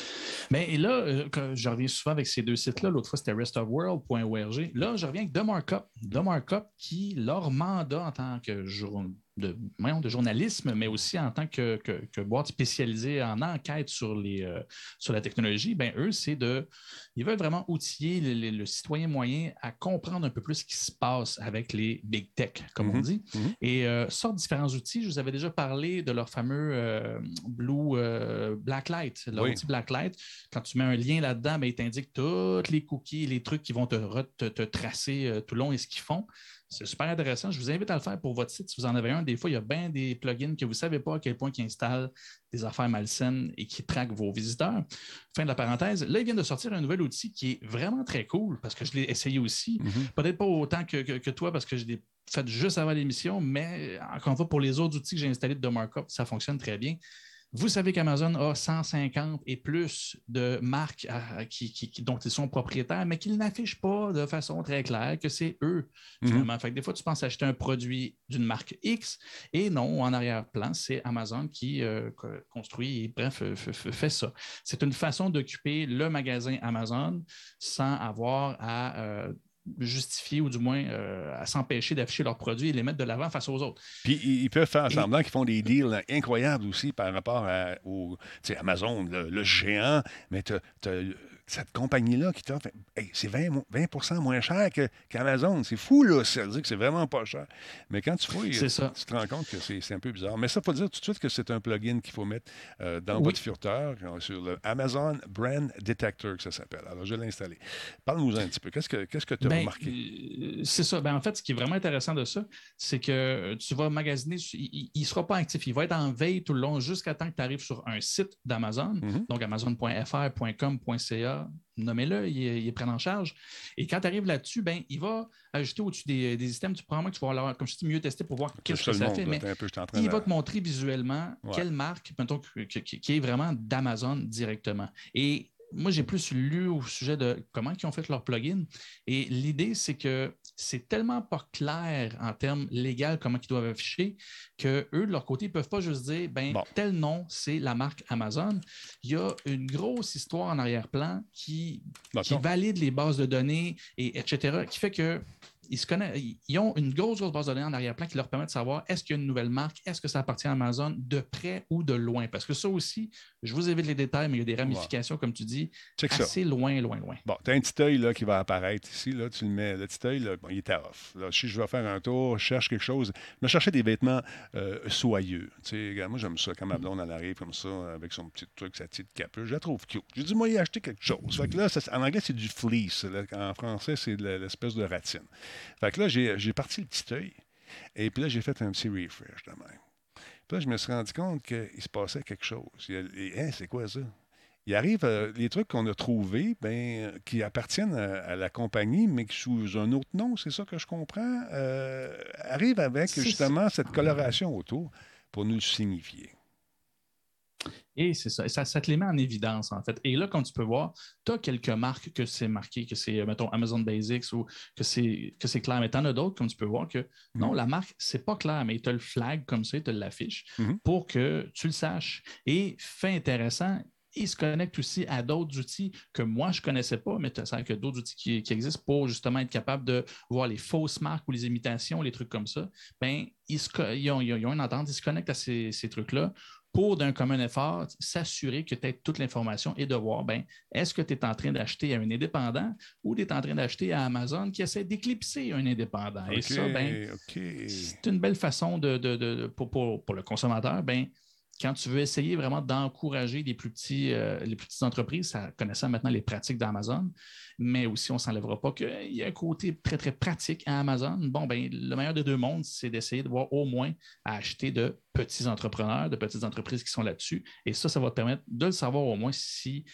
Speaker 2: Mais là, euh, quand je reviens souvent avec ces deux sites-là. L'autre fois, c'était rest of world point org. Là, je reviens avec The Markup. The Markup, qui, leur mandat en tant que jour- de, voyons, de journalisme, mais aussi en tant que, que, que boîte spécialisée en enquête sur, les, euh, sur la technologie, ben eux, c'est de. Ils veulent vraiment outiller le, le- le citoyen moyen à comprendre un peu plus ce qui se passe avec les big tech, comme on
Speaker 1: Mhm.
Speaker 2: dit.
Speaker 1: Mhm.
Speaker 2: Et euh, sortent différents outils. Je vous avais déjà parlé de leur fameux euh, Blue euh, Blacklight, leur
Speaker 1: Oui.
Speaker 2: outil Blacklight. Quand tu mets un lien là-dedans, ben, il t'indique tous les cookies, les trucs qui vont te, re- te, te tracer euh, tout le long et ce qu'ils font. C'est super intéressant. Je vous invite à le faire pour votre site si vous en avez un. Des fois, il y a bien des plugins que vous ne savez pas à quel point ils installent des affaires malsaines et qui traquent vos visiteurs. Fin de la parenthèse. Là, ils viennent de sortir un nouvel outil qui est vraiment très cool parce que je l'ai essayé aussi.
Speaker 1: Mhm.
Speaker 2: Peut-être pas autant que, que, que toi parce que je l'ai fait juste avant l'émission, mais encore une fois, pour les autres outils que j'ai installés de Markup, ça fonctionne très bien. Vous savez qu'Amazon a cent cinquante et plus de marques à, qui, qui, qui, dont ils sont propriétaires, mais qu'ils n'affichent pas de façon très claire que c'est eux, finalement. Mm-hmm. Fait que des fois, tu penses acheter un produit d'une marque X et non, en arrière-plan, c'est Amazon qui euh, construit et bref, fait ça. C'est une façon d'occuper le magasin Amazon sans avoir à... Euh, justifier ou du moins euh, à s'empêcher d'afficher leurs produits et les mettre de l'avant face aux autres.
Speaker 1: Puis ils peuvent faire
Speaker 2: Et...
Speaker 1: semblant qu'ils font des deals incroyables aussi par rapport à, au, Amazon, le, le géant, mais tu as cette compagnie-là qui t'offre, hey, c'est vingt, vingt pour cent moins cher que, qu'Amazon. C'est fou, là. Ça veut dire que c'est vraiment pas cher. Mais quand tu fouilles, tu te rends compte que c'est, c'est un peu bizarre. Mais ça, il faut dire tout de suite que c'est un plugin qu'il faut mettre euh, dans oui. votre furteur sur le Amazon Brand Detector, que ça s'appelle. Alors, je l'ai installé. Parle-nous un petit peu. Qu'est-ce que qu'est-ce que tu as
Speaker 2: ben,
Speaker 1: remarqué?
Speaker 2: C'est ça. Ben, en fait, ce qui est vraiment intéressant de ça, c'est que tu vas magasiner, il ne sera pas actif. Il va être en veille tout le long jusqu'à temps que tu arrives sur un site d'Amazon, mm-hmm. donc amazon point f r point com point c a. Nommez-le, il est, il est pris en charge. Et quand tu arrives là-dessus, ben, il va ajouter au-dessus des, des systèmes du programme que tu vas avoir, comme je dis, mieux tester pour voir qu'est-ce que ça fait. Mais
Speaker 1: peu,
Speaker 2: il
Speaker 1: de...
Speaker 2: va te montrer visuellement ouais. quelle marque, mettons, qui, qui, qui est vraiment d'Amazon directement. Et moi, j'ai plus lu au sujet de comment ils ont fait leur plugin. Et l'idée, c'est que c'est tellement pas clair en termes légaux comment ils doivent afficher qu'eux, de leur côté, ils ne peuvent pas juste dire ben, bon. tel nom, c'est la marque Amazon. Il y a une grosse histoire en arrière-plan qui, qui valide les bases de données, et, etc., qui fait que Ils, se connaissent, ils ont une grosse, grosse base de données en arrière-plan qui leur permet de savoir est-ce qu'il y a une nouvelle marque, est-ce que ça appartient à Amazon de près ou de loin. Parce que ça aussi, je vous évite les détails, mais il y a des ramifications, wow. comme tu dis, Check assez ça. loin, loin, loin.
Speaker 1: Bon, tu as un petit œil là, qui va apparaître ici. Là, tu le mets, le petit œil, là, bon, il est à off. Là, si je vais faire un tour, je cherche quelque chose. Je me cherchais des vêtements euh, soyeux. Tu sais, moi, j'aime ça quand ma blonde elle arrive comme ça, avec son petit truc, sa petite capuche. Je la trouve cute. J'ai dit, moi, y acheter quelque chose. Fait que là, ça, en anglais, c'est du fleece. Là. En français, c'est de l'espèce de ratine. Fait que là, j'ai, j'ai parti le petit œil. Et puis là, j'ai fait un petit refresh de même. Puis là, je me suis rendu compte qu'il se passait quelque chose. Il y a, et, hein, c'est quoi ça? Il arrive, euh, les trucs qu'on a trouvés, ben, qui appartiennent à, à la compagnie, mais sous un autre nom, c'est ça que je comprends, euh, arrivent avec c'est justement ça. Cette coloration autour pour nous le signifier.
Speaker 2: Et c'est ça. ça, ça te les met en évidence, en fait. Et là, comme tu peux voir, tu as quelques marques que c'est marqué, que c'est, mettons, Amazon Basics ou que c'est, que c'est clair. Mais tu en as d'autres, comme tu peux voir, que mm-hmm. non, la marque, c'est pas clair, mais tu as le flag comme ça, tu l'affiches mm-hmm. pour que tu le saches. Et fait intéressant, il se connecte aussi à d'autres outils que moi, je ne connaissais pas, mais tu sais que d'autres outils qui, qui existent pour justement être capable de voir les fausses marques ou les imitations, les trucs comme ça. Bien, ils, se, ils, ont, ils ont une entente, ils se connectent à ces, ces trucs-là pour, d'un commun effort, s'assurer que tu as toute l'information et de voir, ben, est-ce que tu es en train d'acheter à un indépendant ou tu es en train d'acheter à Amazon qui essaie d'éclipser un indépendant.
Speaker 1: Okay,
Speaker 2: et ça, ben,
Speaker 1: okay.
Speaker 2: c'est une belle façon de, de, de, pour, pour, pour le consommateur, ben, quand tu veux essayer vraiment d'encourager les plus, petits, euh, les plus petites entreprises, ça, connaissant maintenant les pratiques d'Amazon, mais aussi on ne s'enlèvera pas qu'il y a un côté très, très pratique à Amazon. Bon, ben, le meilleur des deux mondes, c'est d'essayer de voir au moins à acheter de petits entrepreneurs, de petites entreprises qui sont là-dessus. Et ça, ça va te permettre de le savoir au moins si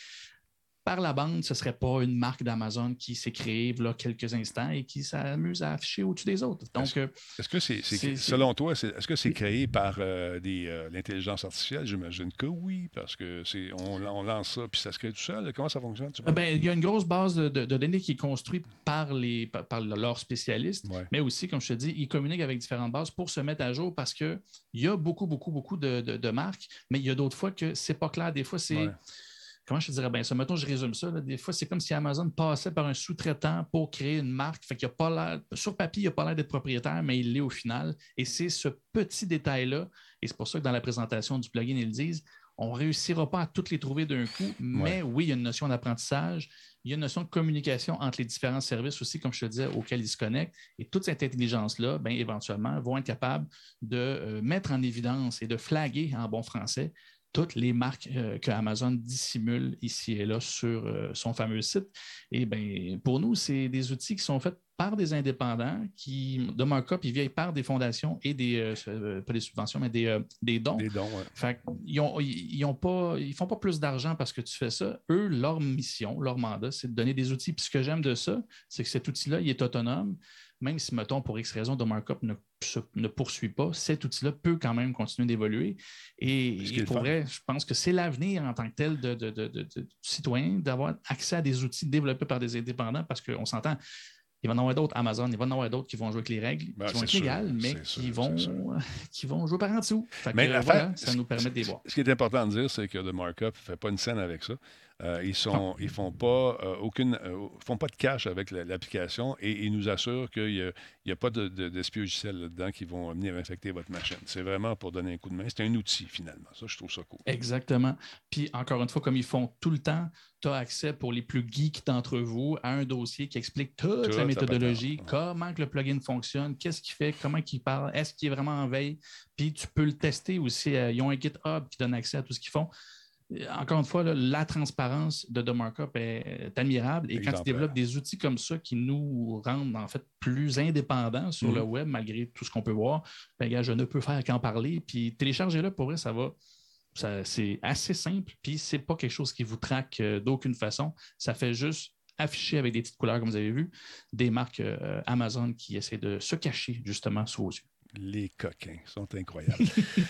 Speaker 2: par la bande, ce ne serait pas une marque d'Amazon qui s'est créée il y a quelques instants et qui s'amuse à afficher au-dessus des autres. Donc,
Speaker 1: est-ce, est-ce que c'est, c'est, c'est selon toi, c'est, est-ce que c'est créé par euh, des, euh, l'intelligence artificielle? J'imagine que oui, parce que c'est, on, on lance ça puis ça se crée tout seul. Comment ça fonctionne? Tu
Speaker 2: ben, il y a une grosse base de, de, de données qui est construite par, les, par, par leurs spécialistes, ouais. Mais aussi, comme je te dis, ils communiquent avec différentes bases pour se mettre à jour parce qu'il y a beaucoup, beaucoup, beaucoup de, de, de marques, mais il y a d'autres fois que ce n'est pas clair. Des fois, c'est... Ouais. Comment je te dirais bien ça? Mettons, je résume ça. Là. Des fois, c'est comme si Amazon passait par un sous-traitant pour créer une marque. Fait qu'il a pas l'air, sur papier, il n'a pas l'air d'être propriétaire, mais il l'est au final. Et c'est ce petit détail-là. Et c'est pour ça que dans la présentation du plugin, ils le disent, on ne réussira pas à toutes les trouver d'un coup, mais ouais. Oui, il y a une notion d'apprentissage. Il y a une notion de communication entre les différents services aussi, comme je te disais, auxquels ils se connectent. Et toute cette intelligence-là, bien, éventuellement, vont être capables de euh, mettre en évidence et de flaguer en bon français toutes les marques euh, que Amazon dissimule ici et là sur euh, son fameux site. Et bien, pour nous, c'est des outils qui sont faits par des indépendants qui, de markup, ils viennent par des fondations et des, euh, pas des subventions, mais des, euh, des dons.
Speaker 1: Des dons, ouais.
Speaker 2: Fait ils ont, ils ont pas, ils font pas plus d'argent parce que tu fais ça. Eux, leur mission, leur mandat, c'est de donner des outils. Puis ce que j'aime de ça, c'est que cet outil-là, il est autonome. Même si, mettons, pour X raison, de markup ne, ne poursuit pas, cet outil-là peut quand même continuer d'évoluer. Et, et pour vrai, je pense que c'est l'avenir en tant que tel de, de, de, de, de citoyens d'avoir accès à des outils développés par des indépendants parce qu'on s'entend, il va y en avoir d'autres, Amazon, il va y en avoir d'autres qui vont jouer avec les règles, ben, qui vont être sûr, légales, mais qui, sûr, vont, qui vont jouer par en dessous. Fait mais que, euh, voilà, ça nous permet de les voir.
Speaker 1: Ce qui est important de dire, c'est que The Markup ne fait pas une scène avec ça. Euh, ils sont, ils font pas euh, aucune, euh, font pas de cash avec la, l'application et ils nous assurent qu'il n'y a, a pas de, de, d'espions logiciels là-dedans qui vont venir infecter votre machine. C'est vraiment pour donner un coup de main. C'est un outil, finalement. Ça, je trouve ça cool.
Speaker 2: Exactement. Puis, encore une fois, comme ils font tout le temps, tu as accès pour les plus geeks d'entre vous à un dossier qui explique toute, toute la méthodologie, ouais. Comment que le plugin fonctionne, qu'est-ce qu'il fait, comment il parle, est-ce qu'il est vraiment en veille. Puis, tu peux le tester aussi. Ils ont un GitHub qui donne accès à tout ce qu'ils font. Encore une fois, là, la transparence de The Markup est, est admirable. Et Exemplaire. Quand tu développes des outils comme ça qui nous rendent en fait plus indépendants sur mmh. le web, malgré tout ce qu'on peut voir, ben, gars, je ne peux faire qu'en parler. Puis téléchargez-le, pour vrai, ça va. Ça, c'est assez simple. Puis c'est pas quelque chose qui vous traque euh, d'aucune façon. Ça fait juste afficher avec des petites couleurs, comme vous avez vu, des marques euh, Amazon qui essaient de se cacher justement sous vos yeux.
Speaker 1: Les coquins sont incroyables.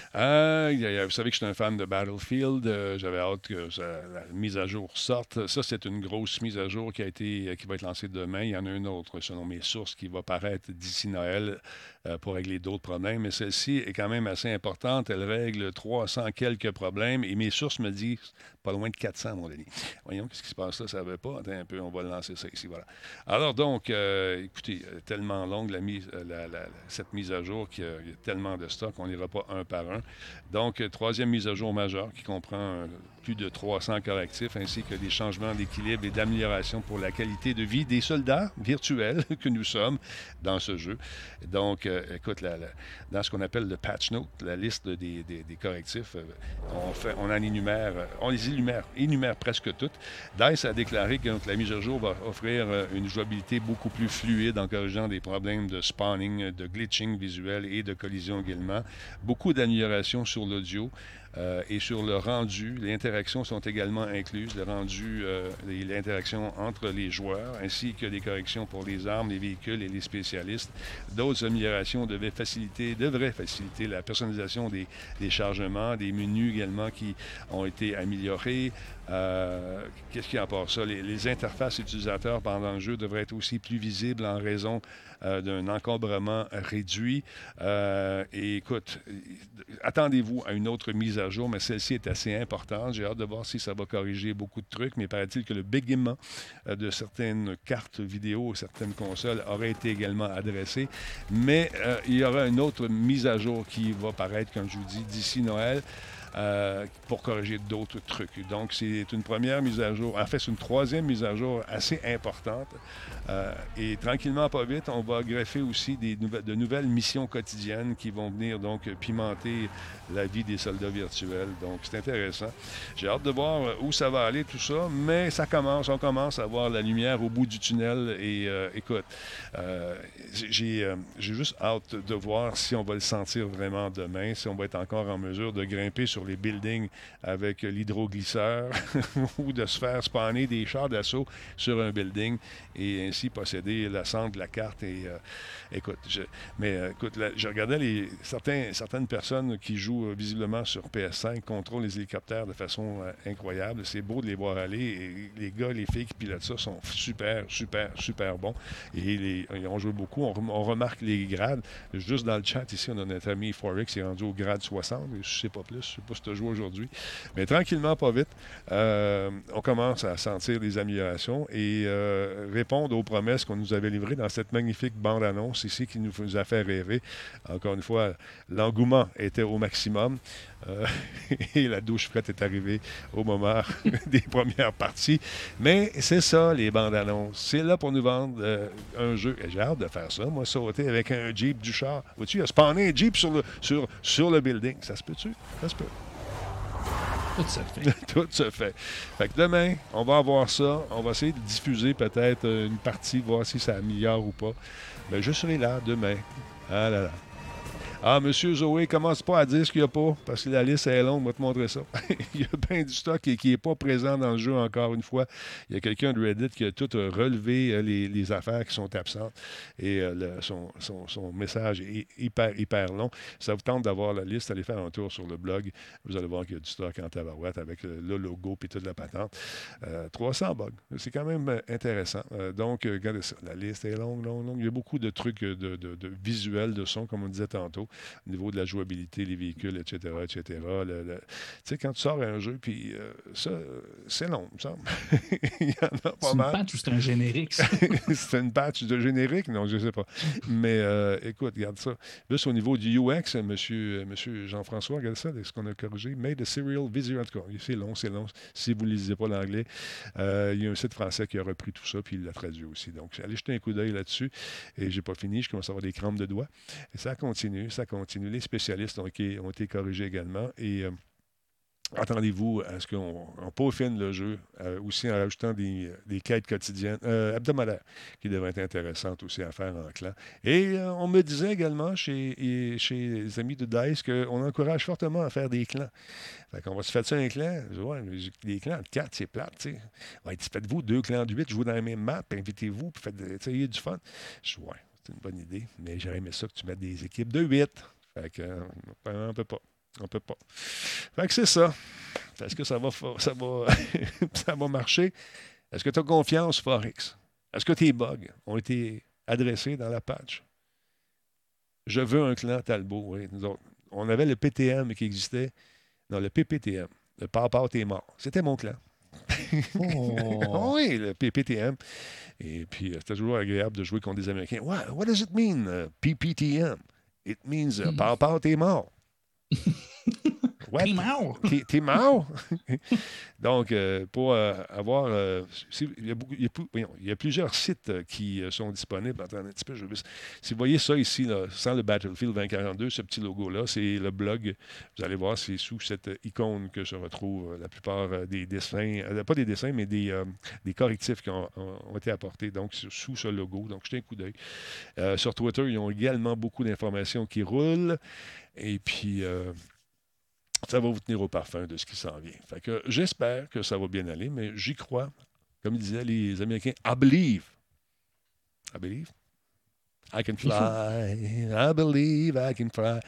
Speaker 1: euh, vous savez que je suis un fan de Battlefield. Euh, j'avais hâte que ça, la mise à jour sorte. Ça, c'est une grosse mise à jour qui a été, qui va être lancée demain. Il y en a une autre, selon mes sources, qui va paraître d'ici Noël euh, pour régler d'autres problèmes. Mais celle-ci est quand même assez importante. Elle règle trois cents quelques problèmes. Et mes sources me disent pas loin de quatre cents, mon Denis. Voyons, qu'est-ce qui se passe là? Ça ne va pas. Attends un peu, on va lancer ça ici. Voilà. Alors donc, euh, écoutez, tellement longue la mise, la, la, la, cette mise à jour qu'il y a, il y a tellement de stock, on n'ira pas un par un. Donc, troisième mise à jour majeure qui comprend euh, plus de trois cents correctifs ainsi que des changements d'équilibre et d'amélioration pour la qualité de vie des soldats virtuels que nous sommes dans ce jeu. Donc, euh, écoute, la, la, dans ce qu'on appelle le patch note, la liste des, des, des correctifs, euh, on, fait, on en énumère, on les énumère, énumère presque toutes. DICE a déclaré que donc, la mise à jour va offrir euh, une jouabilité beaucoup plus fluide en corrigeant des problèmes de spawning, de glitching visuel et de collision également. Beaucoup d'améliorations sur l'audio. Euh, et sur le rendu, les interactions sont également incluses, le rendu euh, et l'interaction entre les joueurs, ainsi que les corrections pour les armes, les véhicules et les spécialistes. D'autres améliorations devaient faciliter, devraient faciliter la personnalisation des, des chargements, des menus également qui ont été améliorés. Euh, qu'est-ce qu'il y a à part ça? Les, les interfaces utilisateurs pendant le jeu devraient être aussi plus visibles en raison euh, d'un encombrement réduit. Euh, et écoute, attendez-vous à une autre mise mises à jour, mais celle-ci est assez importante. J'ai hâte de voir si ça va corriger beaucoup de trucs, mais paraît-il que le bégaiement euh, de certaines cartes vidéo, certaines consoles aurait été également adressé. Mais euh, il y aura une autre mise à jour qui va paraître, comme je vous dis, d'ici Noël. Euh, pour corriger d'autres trucs. Donc, c'est une première mise à jour. En fait, c'est une troisième mise à jour assez importante. Euh, et tranquillement, pas vite, on va greffer aussi des nouve- de nouvelles missions quotidiennes qui vont venir donc pimenter la vie des soldats virtuels. Donc, c'est intéressant. J'ai hâte de voir où ça va aller, tout ça, mais ça commence. On commence à voir la lumière au bout du tunnel. Et euh, écoute, euh, j'ai, euh, j'ai juste hâte de voir si on va le sentir vraiment demain, si on va être encore en mesure de grimper sur les buildings avec l'hydroglisseur ou de se faire spawner des chars d'assaut sur un building et ainsi posséder la centre de la carte. Et euh, écoute, je, mais euh, écoute, là, je regardais les, certains, certaines personnes qui jouent euh, visiblement sur P S cinq, contrôlent les hélicoptères de façon euh, incroyable. C'est beau de les voir aller. Et les gars, les filles qui pilotent ça sont super, super, super bons. Et les, ils ont joué beaucoup. On, on remarque les grades. Juste dans le chat ici, on a notre ami Forex qui est rendu au grade soixante. Je ne sais pas plus. Je ne sais pas si tu as joué aujourd'hui. Mais tranquillement, pas vite, euh, on commence à sentir des améliorations et euh, répondre aux promesses qu'on nous avait livrées dans cette magnifique bande-annonce ici qui nous a fait rêver. Encore une fois, l'engouement était au maximum. Euh, et la douche frette est arrivée au moment des premières parties. Mais c'est ça, les bandes annonces. C'est là pour nous vendre euh, un jeu. Et j'ai hâte de faire ça. Moi, sauter avec un Jeep du char. Vois-tu, il a spawné un Jeep sur le, sur, sur le building. Ça se peut-tu? Ça se peut.
Speaker 2: Tout se fait.
Speaker 1: Tout se fait. Fait que demain, on va avoir ça. On va essayer de diffuser peut-être une partie, voir si ça améliore ou pas. Mais je serai là demain. Ah là là. Ah, Monsieur Zoé, commence pas à dire ce qu'il n'y a pas, parce que la liste est longue, on va te montrer ça. Il y a bien du stock qui n'est pas présent dans le jeu encore une fois. Il y a quelqu'un de Reddit qui a tout relevé euh, les, les affaires qui sont absentes et euh, le, son, son, son message est hyper, hyper long. Ça vous tente d'avoir la liste, allez faire un tour sur le blog. Vous allez voir qu'il y a du stock en tabarouette avec le, le logo et toute la patente. Euh, trois cents bugs. C'est quand même euh, intéressant. Euh, donc, euh, regardez ça. La liste est longue, longue, longue. Il y a beaucoup de trucs de, de, de visuels, de son, comme on disait tantôt. Au niveau de la jouabilité, les véhicules, et cetera, et cetera. Le, le... Tu sais, quand tu sors un jeu, puis euh, ça, c'est long, il me semble. Il y en a pas
Speaker 2: c'est
Speaker 1: mal.
Speaker 2: C'est une patch ou c'est un générique, ça?
Speaker 1: C'est une patch de générique? Non, je ne sais pas. Mais euh, écoute, regarde ça. Juste au niveau du U X, monsieur, monsieur Jean-François, regarde ça, ce qu'on a corrigé. Made a serial visual. En tout cas, c'est long, c'est long. Si vous ne lisez pas l'anglais, euh, il y a un site français qui a repris tout ça, puis il l'a traduit aussi. Donc, allez jeter un coup d'œil là-dessus. Et j'ai pas fini, je commence à avoir des crampes de doigts. Et ça continue, ça continue. Les spécialistes ont été, ont été corrigés également. Et euh, attendez-vous à ce qu'on on peaufine le jeu, euh, aussi en rajoutant des, des quêtes quotidiennes, euh, hebdomadaires, qui devraient être intéressantes aussi à faire en clan. Et euh, on me disait également chez, chez les amis de DICE qu'on encourage fortement à faire des clans. Fait qu'on va se faire ça un clan. Je dis, ouais, les clans de quatre, c'est plate, tu sais. Ouais, faites-vous deux clans de huit, jouez dans la même map, invitez-vous, puis faites, il y a du fun. Je dis, ouais, c'est une bonne idée, mais j'aurais aimé ça que tu mettes des équipes de huit. Fait que, euh, on peut pas. On peut pas. Fait que c'est ça. Est-ce que ça va, ça va, ça va marcher? Est-ce que tu as confiance, Forex? Est-ce que tes bugs ont été adressés dans la patch? Je veux un clan Talbot, oui. Nous autres, on avait le P T M qui existait. Non, le P P T M. Le Papa t'es mort. C'était mon clan.
Speaker 2: Oh.
Speaker 1: Oui, le P P T M. Et puis, c'était toujours agréable de jouer contre des Américains. What, what does it mean, uh, P P T M? It means uh, Papa t'es mort.
Speaker 2: T'es mort!
Speaker 1: T'es, t'es mort? Donc, euh, pour euh, avoir... Euh, il, y a beaucoup, il, y a, voyons, il y a plusieurs sites euh, qui euh, sont disponibles. Attendez un petit peu, je vais... Si vous voyez ça ici, là, sans le Battlefield vingt quarante-deux, ce petit logo-là, c'est le blog. Vous allez voir, c'est sous cette icône que se retrouvent euh, la plupart euh, des dessins. Euh, pas des dessins, mais des, euh, des correctifs qui ont, ont été apportés donc sous ce logo. Donc, jetez un coup d'œil. Euh, sur Twitter, ils ont également beaucoup d'informations qui roulent. Et puis... Euh, ça va vous tenir au parfum de ce qui s'en vient. Fait que j'espère que ça va bien aller, mais j'y crois. Comme disaient les Américains, I believe. I believe. I can fly. I believe I can fly.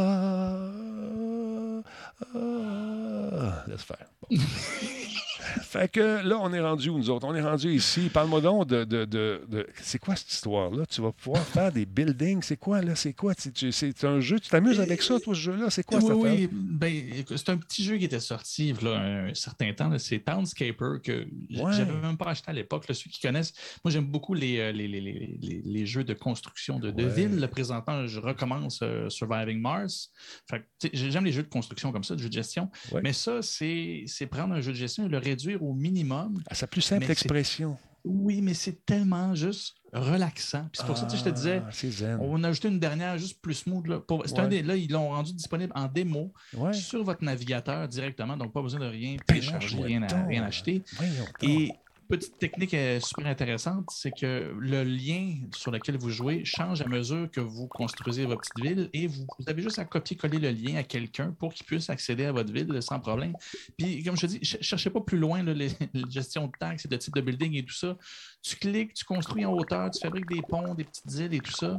Speaker 1: Ah, ah. Laisse faire. Bon. Fait que là, on est rendu où, nous autres? On est rendu ici. Parle-moi donc de... de, de, de... C'est quoi cette histoire-là? Tu vas pouvoir faire des buildings. C'est quoi, là? C'est quoi? C'est, c'est un jeu? Tu t'amuses avec ça, toi, ce jeu-là? C'est quoi,
Speaker 2: oui,
Speaker 1: cette affaire?
Speaker 2: oui, ben, c'est un petit jeu qui était sorti là, un certain temps. Là. C'est Townscaper que
Speaker 1: Ouais.
Speaker 2: j'avais même pas acheté à l'époque. Là, ceux qui connaissent, moi, j'aime beaucoup les, les, les, les, les, les jeux de construction de, de
Speaker 1: Ouais.
Speaker 2: villes. Là, présentement, je recommence euh, Surviving Mars. Fait que, j'aime les jeux de construction comme ça, de jeux de gestion.
Speaker 1: Ouais.
Speaker 2: Mais ça, c'est, c'est prendre un jeu de gestion et le réduire au minimum.
Speaker 1: À sa plus simple
Speaker 2: Mais
Speaker 1: expression.
Speaker 2: Oui, mais c'est tellement juste relaxant. Puis c'est pour ah, ça que je te disais, on a ajouté une dernière juste plus smooth. Là, pour, c'est ouais. un des, là, ils l'ont rendu disponible en démo ouais. sur votre navigateur directement, donc pas besoin de rien télécharger, rien, à, rien acheter. Et petite technique super intéressante, c'est que le lien sur lequel vous jouez change à mesure que vous construisez votre petite ville et vous, vous avez juste à copier-coller le lien à quelqu'un pour qu'il puisse accéder à votre ville sans problème. Puis, comme je te dis, ne cherchez pas plus loin là, les, les gestions de taxes et de type de building et tout ça. Tu cliques, tu construis en hauteur, tu fabriques des ponts, des petites îles et tout ça.